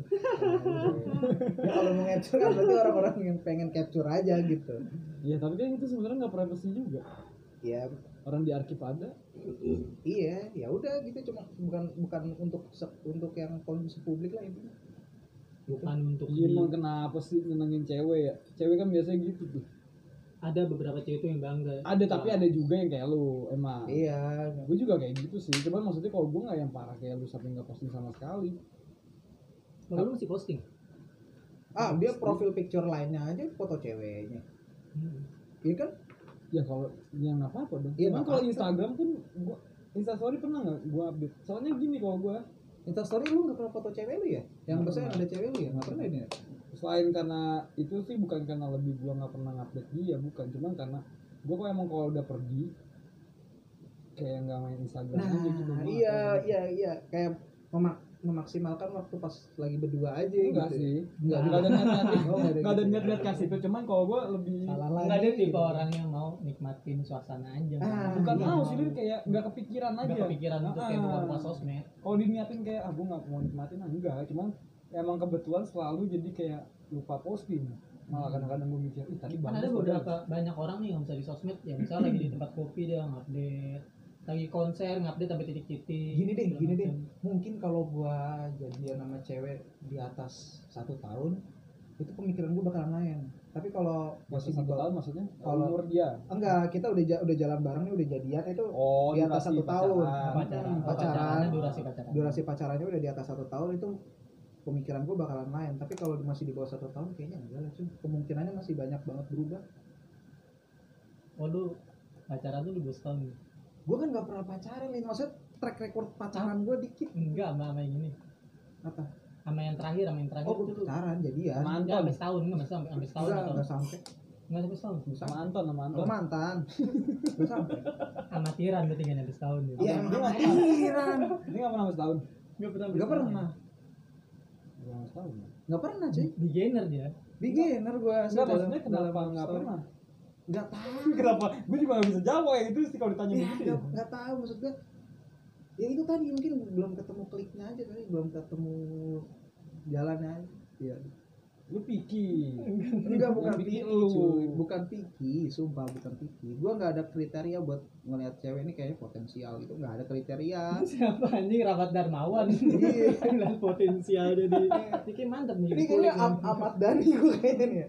Ya kalau mau capture kan berarti orang-orang yang pengen capture aja gitu. Iya, tapi kan itu sebenarnya nggak privacy juga. Ya Orang di arsip ada. iya, ya udah gitu, cuma bukan bukan untuk se- untuk yang konsumsi publik lah intinya. Bukan untuk Iya, di- emang kenapa sih nyenengin cewek ya? Cewek kan biasanya gitu tuh. ada beberapa cewek itu yang bangga. Ada, tapi ada juga yang kayak lu emang. Iya, Gue juga kayak gitu sih. Cuman maksudnya kalau gue nggak yang parah kayak lu sampai nggak posting sama sekali. Kalau lu masih posting. ah dia profil picture lainnya aja foto ceweknya. Hmm. Iya kan? Ya kalau yang nggak apa-apa dong. Iya, Cuman nggak kalau apa-apa. Instagram pun gua Insta story pernah nggak gue update? Soalnya gini kalau gue Insta story lu nggak pernah foto cewek lu ya? Yang Nggak biasanya pernah. ada cewek lu ya? Nggak pernah ini ya? selain karena itu sih bukan karena lebih gue nggak pernah update dia, bukan. Cuman karena gue kok emang kalau udah pergi kayak nggak main Instagram Nah, aja gitu. Gua iya, nggak tahu. iya, iya. Kayak memak- memaksimalkan waktu pas lagi berdua aja Enggak gitu. sih. Enggak, Enggak ada niat-niat. Oh, nggak ada Enggak ada gitu. niat-niat kasih itu. Cuman kalau gue lebih Salah Enggak ada lagi. tipe orang yang mau nikmatin suasana aja. Ah, bukan iya. mau sih, Lin, kayak nggak kepikiran aja. Enggak kepikiran untuk kayak Ah. buka-buka sosmed. Kalau diniatin kayak ah gue nggak mau nikmatin, ah, enggak. Cuman emang kebetulan selalu jadi kayak lupa posting. Malah kadang-kadang gue mikir, ih tadi Kan bagus ada kok, beberapa banyak orang nih yang bisa di sosmed ya misalnya lagi di tempat kopi dia ngupdate, lagi konser ngupdate sampai titik-titik. Gini deh, segala gini deh. macam. Mungkin kalau gua jadian sama cewek di atas satu tahun, itu pemikiran gua bakalan lain. Tapi kalau masih masih di satu bawah, tahun maksudnya Kalau- umur dia. enggak, kita udah ja- udah jalan bareng nih, udah jadian itu Oh, di atas durasi satu tahun. pacaran. Pacaran, Hmm, oh, pacaran. pacarannya durasi pacaran. durasi pacarannya udah di atas satu tahun itu pemikiran gue bakalan lain. Tapi kalau masih di bawah satu tahun kayaknya enggak lah cuy, kemungkinannya masih banyak banget berubah. Oh lu pacaran tuh di bawah setahun nih? Gue kan nggak pernah pacaran nih, maksud track record pacaran gue dikit. Enggak sama sama yang ini. Apa? Sama yang terakhir, sama yang terakhir Oh itu gue lu. pacaran jadian. Enggak Mantan. sampai setahun, enggak sampai sampai setahun Enggak, atau enggak sampai. enggak sampai setahun. Sama Anton, sama Anton. Oh mantan. Gue sampai. Amatiran berarti enggak sampai setahun ya. Iya emang amatiran. Ini nggak pernah setahun. Enggak pernah. Enggak pernah. Nggak pernah setahun. ya? Enggak pernah cuy. Beginner dia. Beginner gue. Enggak, maksudnya kenapa nggak pernah? Enggak tahu. Kenapa? Gue juga nggak bisa jawab ya itu sih kalau ditanya Ya, begitu. enggak, enggak tahu maksud gue. Ya itu tadi mungkin belum ketemu kliknya aja kali, belum ketemu jalannya aja. Iya. Lu picky. Enggak, bukan Yang picky bikin lu. cuy, bukan picky, sumpah bukan picky. Gua nggak ada kriteria buat ngelihat cewek ini kayaknya potensial gitu, nggak ada kriteria. Siapa anjing Rapat Darmawan? Iya. Lihat potensial dia di. Ini kayak mantep nih. Ini kayaknya kulik Am- Ahmad Dhani gue kayaknya nih ya.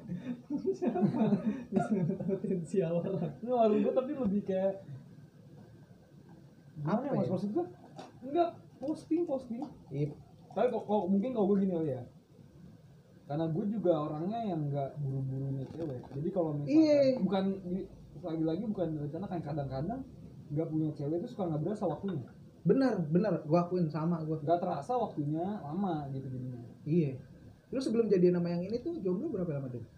nih. Potensial orang. Ini malu gue tapi lebih kayak Gimana Apa ya mas ya? maksud gua? Enggak posting posting. Ip, Tapi kok, kok mungkin kalau gue gini kali ya. Karena gue juga orangnya yang nggak buru-burunya cewek. Jadi kalau misalkan Iya. bukan di- lagi-lagi bukan rencana kan kadang-kadang nggak punya cewek itu suka nggak berasa waktunya. bener bener gua akuin sama gua. Nggak terasa waktunya lama gitu jadinya. Iya. Lu sebelum jadian sama yang ini tuh jomblo berapa lama deh?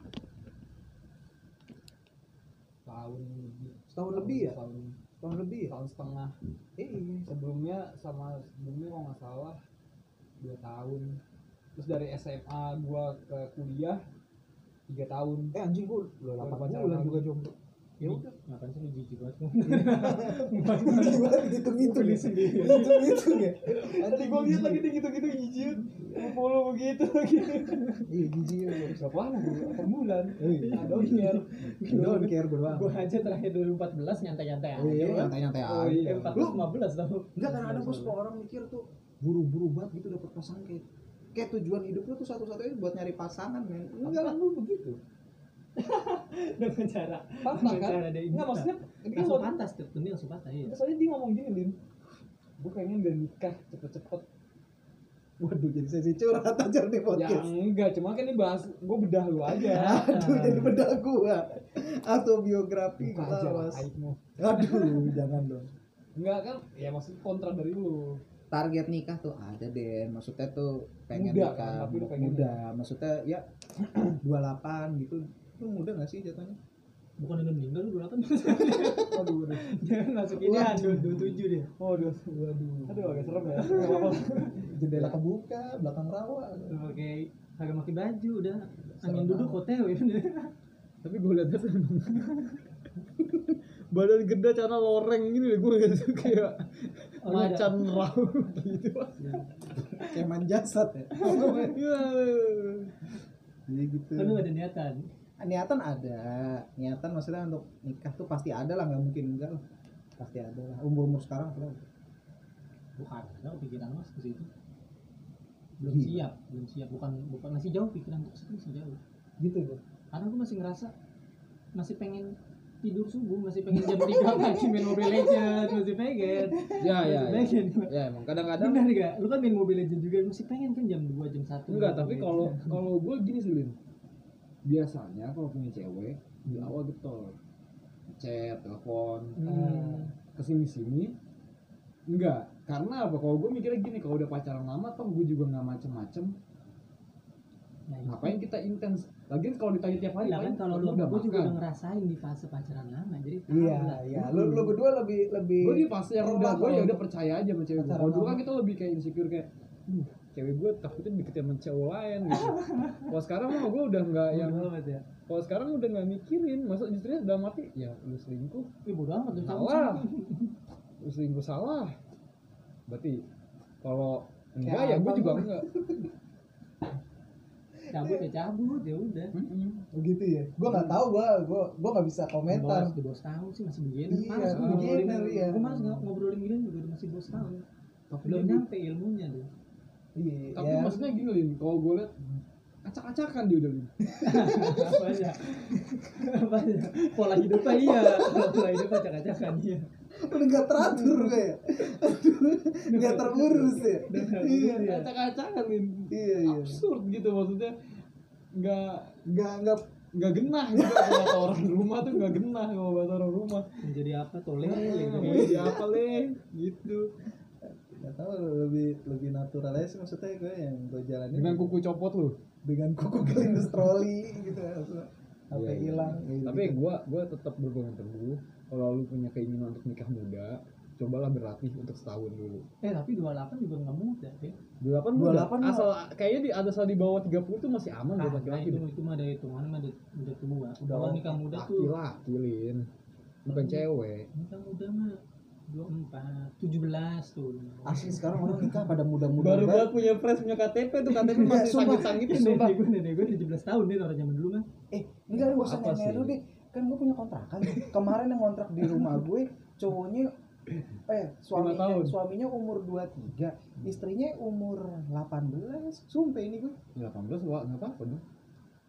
Tahun lebih. Setahun lebih ya? Tahun, Tahun lebih ya? tahun setengah. Iya. Sebelumnya sama sebelumnya kalau nggak salah dua tahun. Terus dari S M A gua ke kuliah tiga tahun. Eh anjing gua udah delapan Baru pacaran bulan lagi. juga jomblo. Ya udah. Ngapain sih lu jijik banget? Gimana hitung-hitung ya? Hitung-hitung ya? Tadi gua lihat lagi gitu-gitu jijik. Follow begitu lagi. Iya jijik ya. Berapa lama gua? delapan bulan. Iya. I don't care. Don't care bro. Gue aja terakhir dua ribu empat belas nyantai-nyantai aja. Iya, Bang. nyantai-nyantai Oh, aja. iya. Eh, empat belas lima belas tau. Enggak, kadang-kadang gue suka orang mikir tuh buru-buru banget gitu dapet pasangan kayak kayak tujuan hidup lu tuh satu-satunya buat nyari pasangan men. Enggak lah lu begitu. Dengan cara Patah dengan kan? cara dia Enggak maksudnya ini langsung waktu- pantas tuh, ini langsung patah ya. soalnya dia ngomong gini Lin. Gue pengen udah nikah cepet-cepet. Waduh jadi sesi curhat aja nih Ya podcast. enggak, cuma kan ini bahas gue bedah lu aja. Aduh jadi bedah gua. Autobiografi Buka aja lah mas. aibmu. Aduh jangan dong. Enggak kan? Ya maksud kontra dari lu. Target nikah tuh ada deh. Maksudnya tuh pengen Muda, nikah kan? Tapi lu pengen muda. Maksudnya ya dua puluh delapan gitu. Lu muda gak sih jatuhnya? Bukan udah meninggal lu dua puluh delapan. Waduh, waduh. Jangan masuk ini Waduh. dua puluh tujuh dia. Waduh. Waduh. Aduh agak serem ya. Enggak apa-apa. Jendela kebuka, belakang rawa. Udah pakai kagak pakai baju udah angin Serem duduk banget. hotel ya. Tapi gue liatnya tuh emang badan gede cara loreng gini deh gue gitu kayak Oh, iya. macan raut gitu. Kayak manjasat ya. Iya. Jadi gitu. Kan lu ada niatan. Niatan ada, niatan maksudnya untuk nikah tuh pasti ada lah, nggak mungkin enggak lah, pasti ada lah. Umur umur sekarang berapa? Bukan ada pikiran mas ke situ. Belum Iya. siap, belum siap. Bukan bukan masih jauh pikiran untuk situ masih jauh. Gitu bro. Karena gue masih ngerasa masih pengen tidur subuh, masih pengen jam tiga pagi main Mobile Legends, masih pengen. Ya ya. Masih Ya, pengen. ya emang kadang-kadang Benar gak? Lu kan main Mobile Legends juga masih pengen kan jam dua, jam satu. enggak, tapi kalau kalau gue gini sih Lin. Biasanya kalau punya cewek di awal getol. Chat, telepon, Hmm. kesini sini enggak, karena apa? Kalau gue mikirnya gini, kalau udah pacaran lama toh gue juga nggak macem-macem, Nah, itu. ngapain kita intens? Lagian kalau ditanya tiap hari, Nah, kan paling kalau lu udah gue juga makan. udah ngerasain di fase pacaran lama, jadi tahu Iya lah. iya. Lu lu berdua lebih lebih. Gue di fase yang Oh, udah gue kalau ya udah untuk percaya aja sama cewek gue. pacaran Kalau dulu kan lama. kita lebih kayak insecure kayak, uh, cewek gue takutnya deket sama cewek lain gitu. Kalau sekarang mah gue udah nggak yang, Bodo amat ya. kalau sekarang udah nggak mikirin, masa istrinya udah mati, ya lu selingkuh, Ih, bodo amat tuh salah, lu selingkuh salah. Berarti kalau enggak Kayak ya gue abang juga gua. enggak. cabut ya cabut ya udah. begitu ya. Gua nggak tahu, gua gua gua nggak bisa komentar. Di bawah setahun sih masih begini. Iya, Males gua beginner, ngobrolin. iya. Gue males nggak ngobrolin gini juga masih bawah setahun. Tapi Belum dia- nyampe ilmunya tuh. Iya. Tapi ya. maksudnya gini Lin, kalau gue liat acak-acakan dia udah Lin. Apa aja? Apa aja? Pola hidupnya iya. Pola hidup acak-acakan iya. Udah nggak teratur kayak. Aduh, nggak terurus ya. Iya iya. Acak-acakan Lin. Iya iya. Absurd gitu maksudnya. Nggak Nggak nggak nggak genah gitu kalau kata orang rumah tuh nggak genah kalau kata orang rumah. Menjadi apa toleh Mau gitu. jadi apa leh gitu. nggak tahu lebih lebih natural aja sih maksudnya gue yang gue jalanin Dengan kuku copot lu. dengan kuku kelindes troli gitu ya maksudnya. H P Iya, iya. hilang gitu. Tapi gua gua tetap berpegang teguh kalau lu punya keinginan untuk nikah muda, cobalah berlatih untuk setahun dulu. Eh tapi dua puluh delapan juga nggak muda ya. dua puluh delapan dua puluh muda. delapan Asal kayaknya di asal di bawah tiga puluh tuh masih aman buat Ah, nah laki-laki. itu deh. itu mah ada hitungan mah ada- udah tua. Udah Kalau oke. nikah muda tuh Laki-laki Lin. Bukan cewek. nikah muda mah dua puluh empat, tujuh belas tuh. asli sekarang orang nikah pada muda-muda Baru banget. buat punya fresh punya K T P tuh K T P Iya, masih sumpah. sangit-sangitin Sumpah. Nenek gue nenek gue tujuh belas tahun deh orang zaman dulu mah. Eh, enggak gak usah Apa nanya sih? lu deh. Kan gue punya kontrakan. Kemarin yang kontrak di rumah gue, cowoknya eh suaminya tahun. suaminya umur dua puluh tiga, istrinya umur delapan belas. Sumpah ini gue. delapan belas enggak enggak apa-apa dong.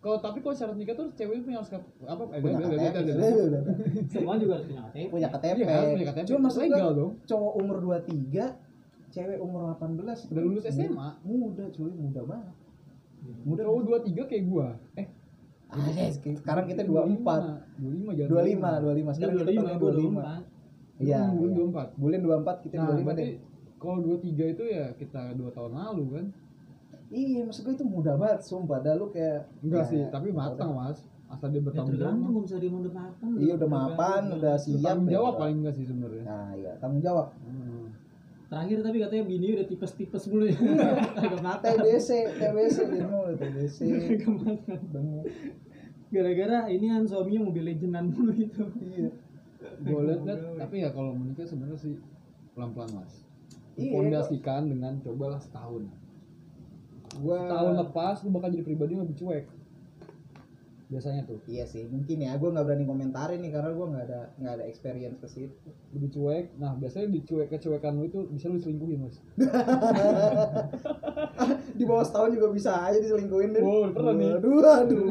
Kalau tapi kalau syarat nikah tuh cewek punya harus kap- apa? Eh, Punya gak- K T P, gak- gak- gak- sudah. Semua juga harus punya K T P. Punya K T P. Iya, harus punya K T P. Cuma maksudnya legal dong. cowok umur dua puluh tiga, cewek umur delapan belas Udah lulus S M A. Muda cuy, muda banget. Muda. Cowok dua puluh tiga kayak gua. Eh, Ah, yes, sekarang kita dua puluh empat. dua puluh lima jangan dua puluh lima, dua puluh lima. Sekarang kita tahun dua puluh lima. Iya. Bulan iya. dua puluh empat. Bulan dua puluh empat kita Nah, dua puluh lima berarti deh. kalau dua puluh tiga itu ya kita dua tahun lalu kan? Iya, maksud gue itu muda banget, sumpah. Dah lu kayak Enggak ya, sih, tapi matang mas. Asal dia Ya bertanggung tergantung jawab. kalau misalnya dia mau udah mapan. Iya, udah mapan, udah siap. Tanggung ya, jawab udah. paling enggak sih sebenarnya. Nah, iya, tanggung jawab. Hmm. Terakhir tapi katanya bini udah tipes-tipes mulu ya. Agak mata. T B C, T B C dia mau T B C. Banget. Gara-gara ini kan suaminya mobil legendan mulu itu. Iya. Gue liat liat, tapi ya kalau menikah sebenarnya sih pelan-pelan mas. Iya, Fondasikan dengan cobalah setahun. Gua Setahun lepas lu bakal jadi pribadi yang lebih cuek. Biasanya tuh Iya sih, mungkin ya. Gue nggak berani komentarin nih karena gue nggak ada nggak ada experience ke situ. lebih cuek. Nah biasanya di cuek kecuekan lu itu bisa lu selingkuhin mas. Di bawah setahun juga bisa aja diselingkuhin deh. Wow, pernah nih. Aduh, aduh.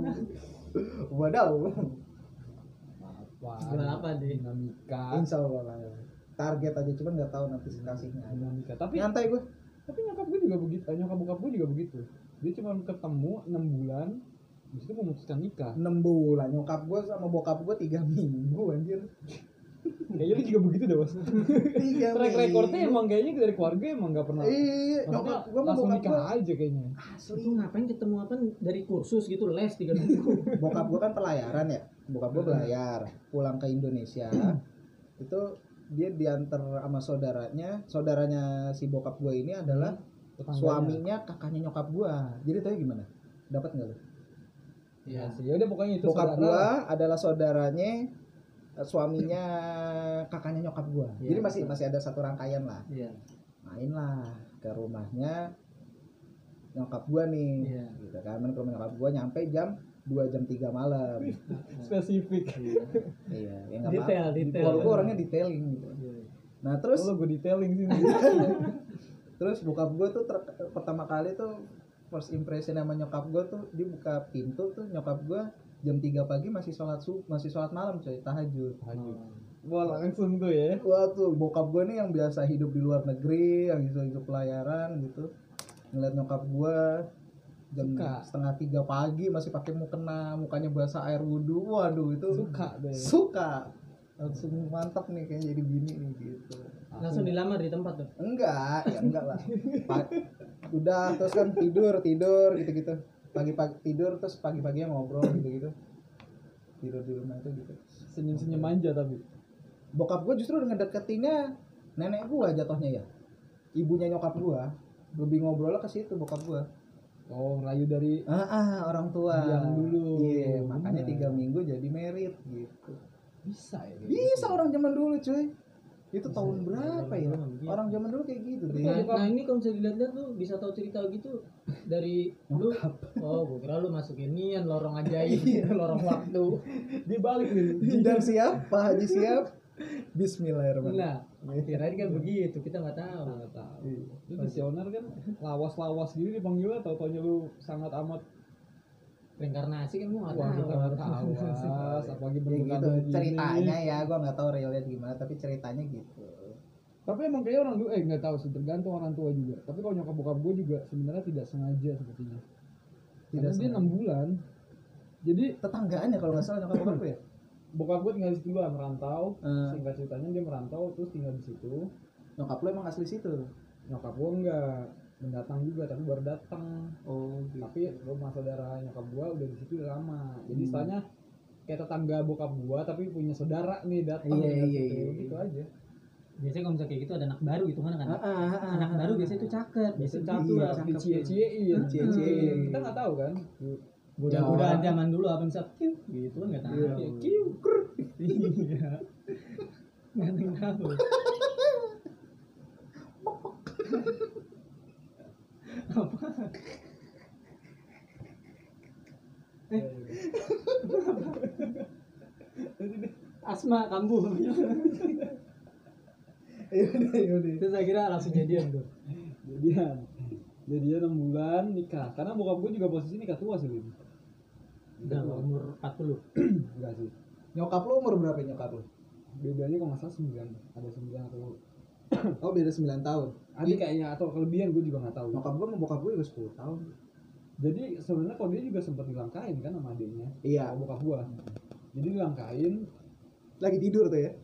Wadaw. Apa? Berapa deh? Dinamika. Insya Allah lah. Target aja cuman nggak tahu nanti kasihnya. Dinamika. Tapi Nyantai gue. tapi nyokap gue juga begitu. eh, Nyokap bokap gue juga begitu. Dia cuma ketemu enam bulan. Habis itu memutuskan nikah. enam bulan nyokap gue sama bokap gue tiga minggu anjir. Kayaknya lu juga begitu deh mas. Tiga Track minggu. recordnya emang kayaknya dari keluarga emang gak pernah. Iya, Maksudnya nyokap gue sama langsung bokap nikah gue aja kayaknya. asli. Itu ngapain ketemu apa dari kursus gitu les tiga minggu. Bokap gue kan pelayaran ya. Bokap gue belayar, pulang ke Indonesia. Itu dia diantar sama saudaranya. Saudaranya si bokap gue ini adalah Tetangganya. suaminya kakaknya nyokap gue. Jadi tau gimana? Dapat nggak lo? Iya sih. Ya udah pokoknya itu Bokap saudara. gue adalah saudaranya eh, suaminya kakaknya nyokap gue. Iya, Jadi masih betul. masih ada satu rangkaian lah. Iya. Main lah ke rumahnya nyokap gue nih. Iya. Gitu kan, main ke rumah nyokap gue nyampe jam dua jam tiga malam. Spesifik. Iya, ya nggak Detail, apa-apa. detail. Kalau gue orangnya detailing gitu. Nah terus Kalau gue detailing sih. terus bokap gue tuh ter- pertama kali tuh first impression sama nyokap gue tuh dia buka pintu tuh nyokap gue jam tiga pagi masih sholat sub masih sholat malam coy, tahajud. Tahajud. Wah langsung tuh ya. Wah tuh bokap gue nih yang biasa hidup di luar negeri, yang bisa hidup pelayaran gitu, ngeliat nyokap gue jam Suka. setengah tiga pagi masih pakai mukena, mukanya basah air wudhu. Waduh itu Suka deh. suka langsung mantap nih kayak jadi bini nih gitu. Langsung dilamar di tempat tuh. Enggak, ya enggak lah. Pa- udah terus kan tidur tidur gitu-gitu. Pagi-pagi tidur terus pagi-paginya ngobrol gitu-gitu. Tidur di rumah itu gitu. Senyum-senyum manja tapi. Bokap gue justru dengan deketinnya nenek gue jatuhnya ya. Ibunya nyokap gue lebih ngobrolnya ke situ bokap gue. Oh rayu dari Ah, ah orang tua. Yang dulu. Iya, makanya Bener. tiga minggu jadi merit gitu. bisa ya. kayak Bisa gitu. orang zaman dulu cuy. Itu Bisa, tahun ya, berapa zaman ya? dulu gitu. Orang zaman dulu kayak gitu deh. Nah, nah ini kalau bisa dilihat-lihat tuh bisa tahu cerita gitu dari lu. Oh, gua kira lu masuk inian lorong ajaib, lorong waktu. Dia balik nih. Jidan siap, Pak Haji siap. Bismillahirrahmanirrahim. Nah, kirain kan begitu, kita nggak tahu. Nggak tahu. Lu visioner kan lawas-lawas gini dipanggilnya tau-taunya lu sangat amat. Reinkarnasi kan gua nggak Wah, tahu. kita nggak tahu. Was, apalagi Ya bentukan gitu begini. ceritanya ya, gua nggak tahu realnya gimana, tapi ceritanya gitu. Tapi emang kayak orang dulu eh nggak tahu sih, tergantung orang tua juga. Tapi kalau nyokap bokap gue juga sebenarnya tidak sengaja sepertinya. Tidak Karena dia sengaja. enam bulan. Jadi Tetanggaan ya kalau nggak salah nyokap bokap gue ya. bokap gue tinggal di situ lah merantau. Eh. Singkat ceritanya dia merantau terus tinggal di situ. Nyokap lo emang asli situ. Nyokap gue enggak mendatang juga tapi baru datang. Oh, gitu. Tapi rumah saudara nyokap gue udah di situ udah lama. Jadi Hmm. istilahnya kayak tetangga bokap gue tapi punya saudara nih datang. Iya, dari iya, situ. iya, Gitu iya. aja. Biasanya kalau misalnya kayak gitu ada anak baru gitu kan kan. Ah, ah, ah, Anak ah, baru ah. biasanya itu cakep, biasanya Cakep gitu iya, lah. cakep. dicie-ciein. Dicie-ciein. Kita nggak tahu kan. Mudah-mudahan zaman dulu apa bisa kiu gitu kan nggak tahu. Iya. Ya, kiu, krr. Iya. Nggak ada yang tahu. Apa? Eh. Asma kambuh. Yaudah, yaudah. Terus saya kira langsung jadian tuh. Jadian. Jadian enam bulan nikah. Karena bokap gue juga posisi nikah tua sih. Lin. Udah umur empat puluh. Enggak sih. Nyokap lu umur berapa nyokap lu? Bedanya kalau nggak salah sembilan, ada sembilan atau Oh beda sembilan tahun. ada kayaknya atau kelebihan gue juga nggak tahu. Nyokap gua sama bokap gua juga sepuluh tahun. Jadi sebenarnya kalau dia juga sempat dilangkain kan sama adiknya. Iya. Sama bokap gua. Jadi dilangkain. Lagi tidur tuh ya.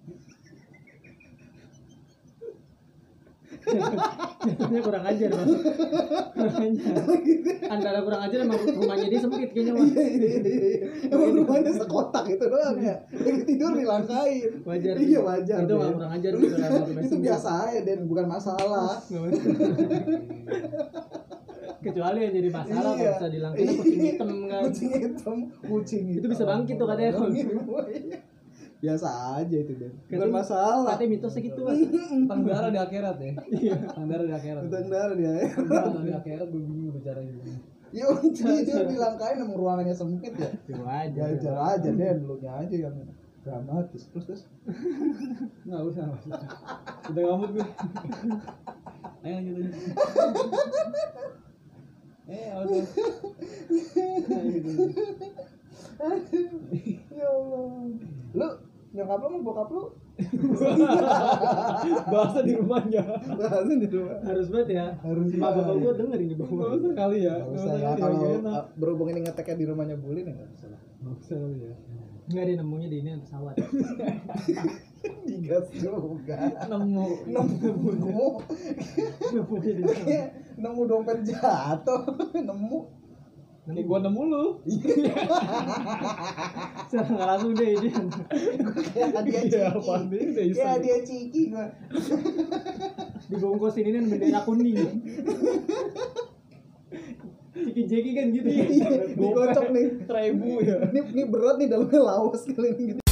Jatuhnya kurang ajar bang. Kurang ajar. Antara kurang ajar emang rumahnya dia sempit kayaknya bang. Iya iya iya. Emang rumahnya sekotak itu doang ya. Lagi tidur dilangkain. Wajar. Iya wajar. Itu Den. nggak kurang ajar gitu lah. Itu biasa aja Dan, bukan masalah. Kecuali yang jadi masalah Iya. kalau bisa dilangkain kucing hitam kan. Kucing hitam, kucing hitam. Itu bisa bangkit tuh katanya. Biasa aja itu Dan. Bukan Katanya- masalah. Katanya mitosnya gitu kan. Tang darah di akhirat ya. Iya. Tang darah di akhirat. Tentang darah dia. Tang darah di akhirat gue bingung bicara ini. Ya tidur dilangkain sama ruangannya sempit ya. Itu aja. Wajar aja Den, lu nya aja yang dramatis. Terus terus. Nggak usah, nggak usah. Udah ngamut gue. Ayo lanjut aja. Eh, auto. Ayo gitu. Ya Allah. Lu nyokap lu sama bokap lu Bahasa di rumahnya. bahasan di rumah. Harus banget ya. Harus Mak bapak banget. gua denger ini bang. Nggak usah kali ya. Gak usah ya, kalau uh, berhubung ini ngeteknya di rumahnya Bulin ya gak usah lah. Nggak usah kali ya. Enggak dia nemunya di ini pesawat. Digas juga. Nemu. Nemu. Nemunya di pesawat. Nemu dompet jatuh. Nemu. Kayak gua nemu lu. Secara nggak langsung deh dia. Kayak hadiah Iya, ciki. apaan dia udah Kayak iseng. hadiah ciki gua. Dibungkus ini kan bendera kuning. Ciki jeki kan gitu ya. Digocok nih. Seribu ya. Ini ini berat nih dalamnya lawas kali ini gitu.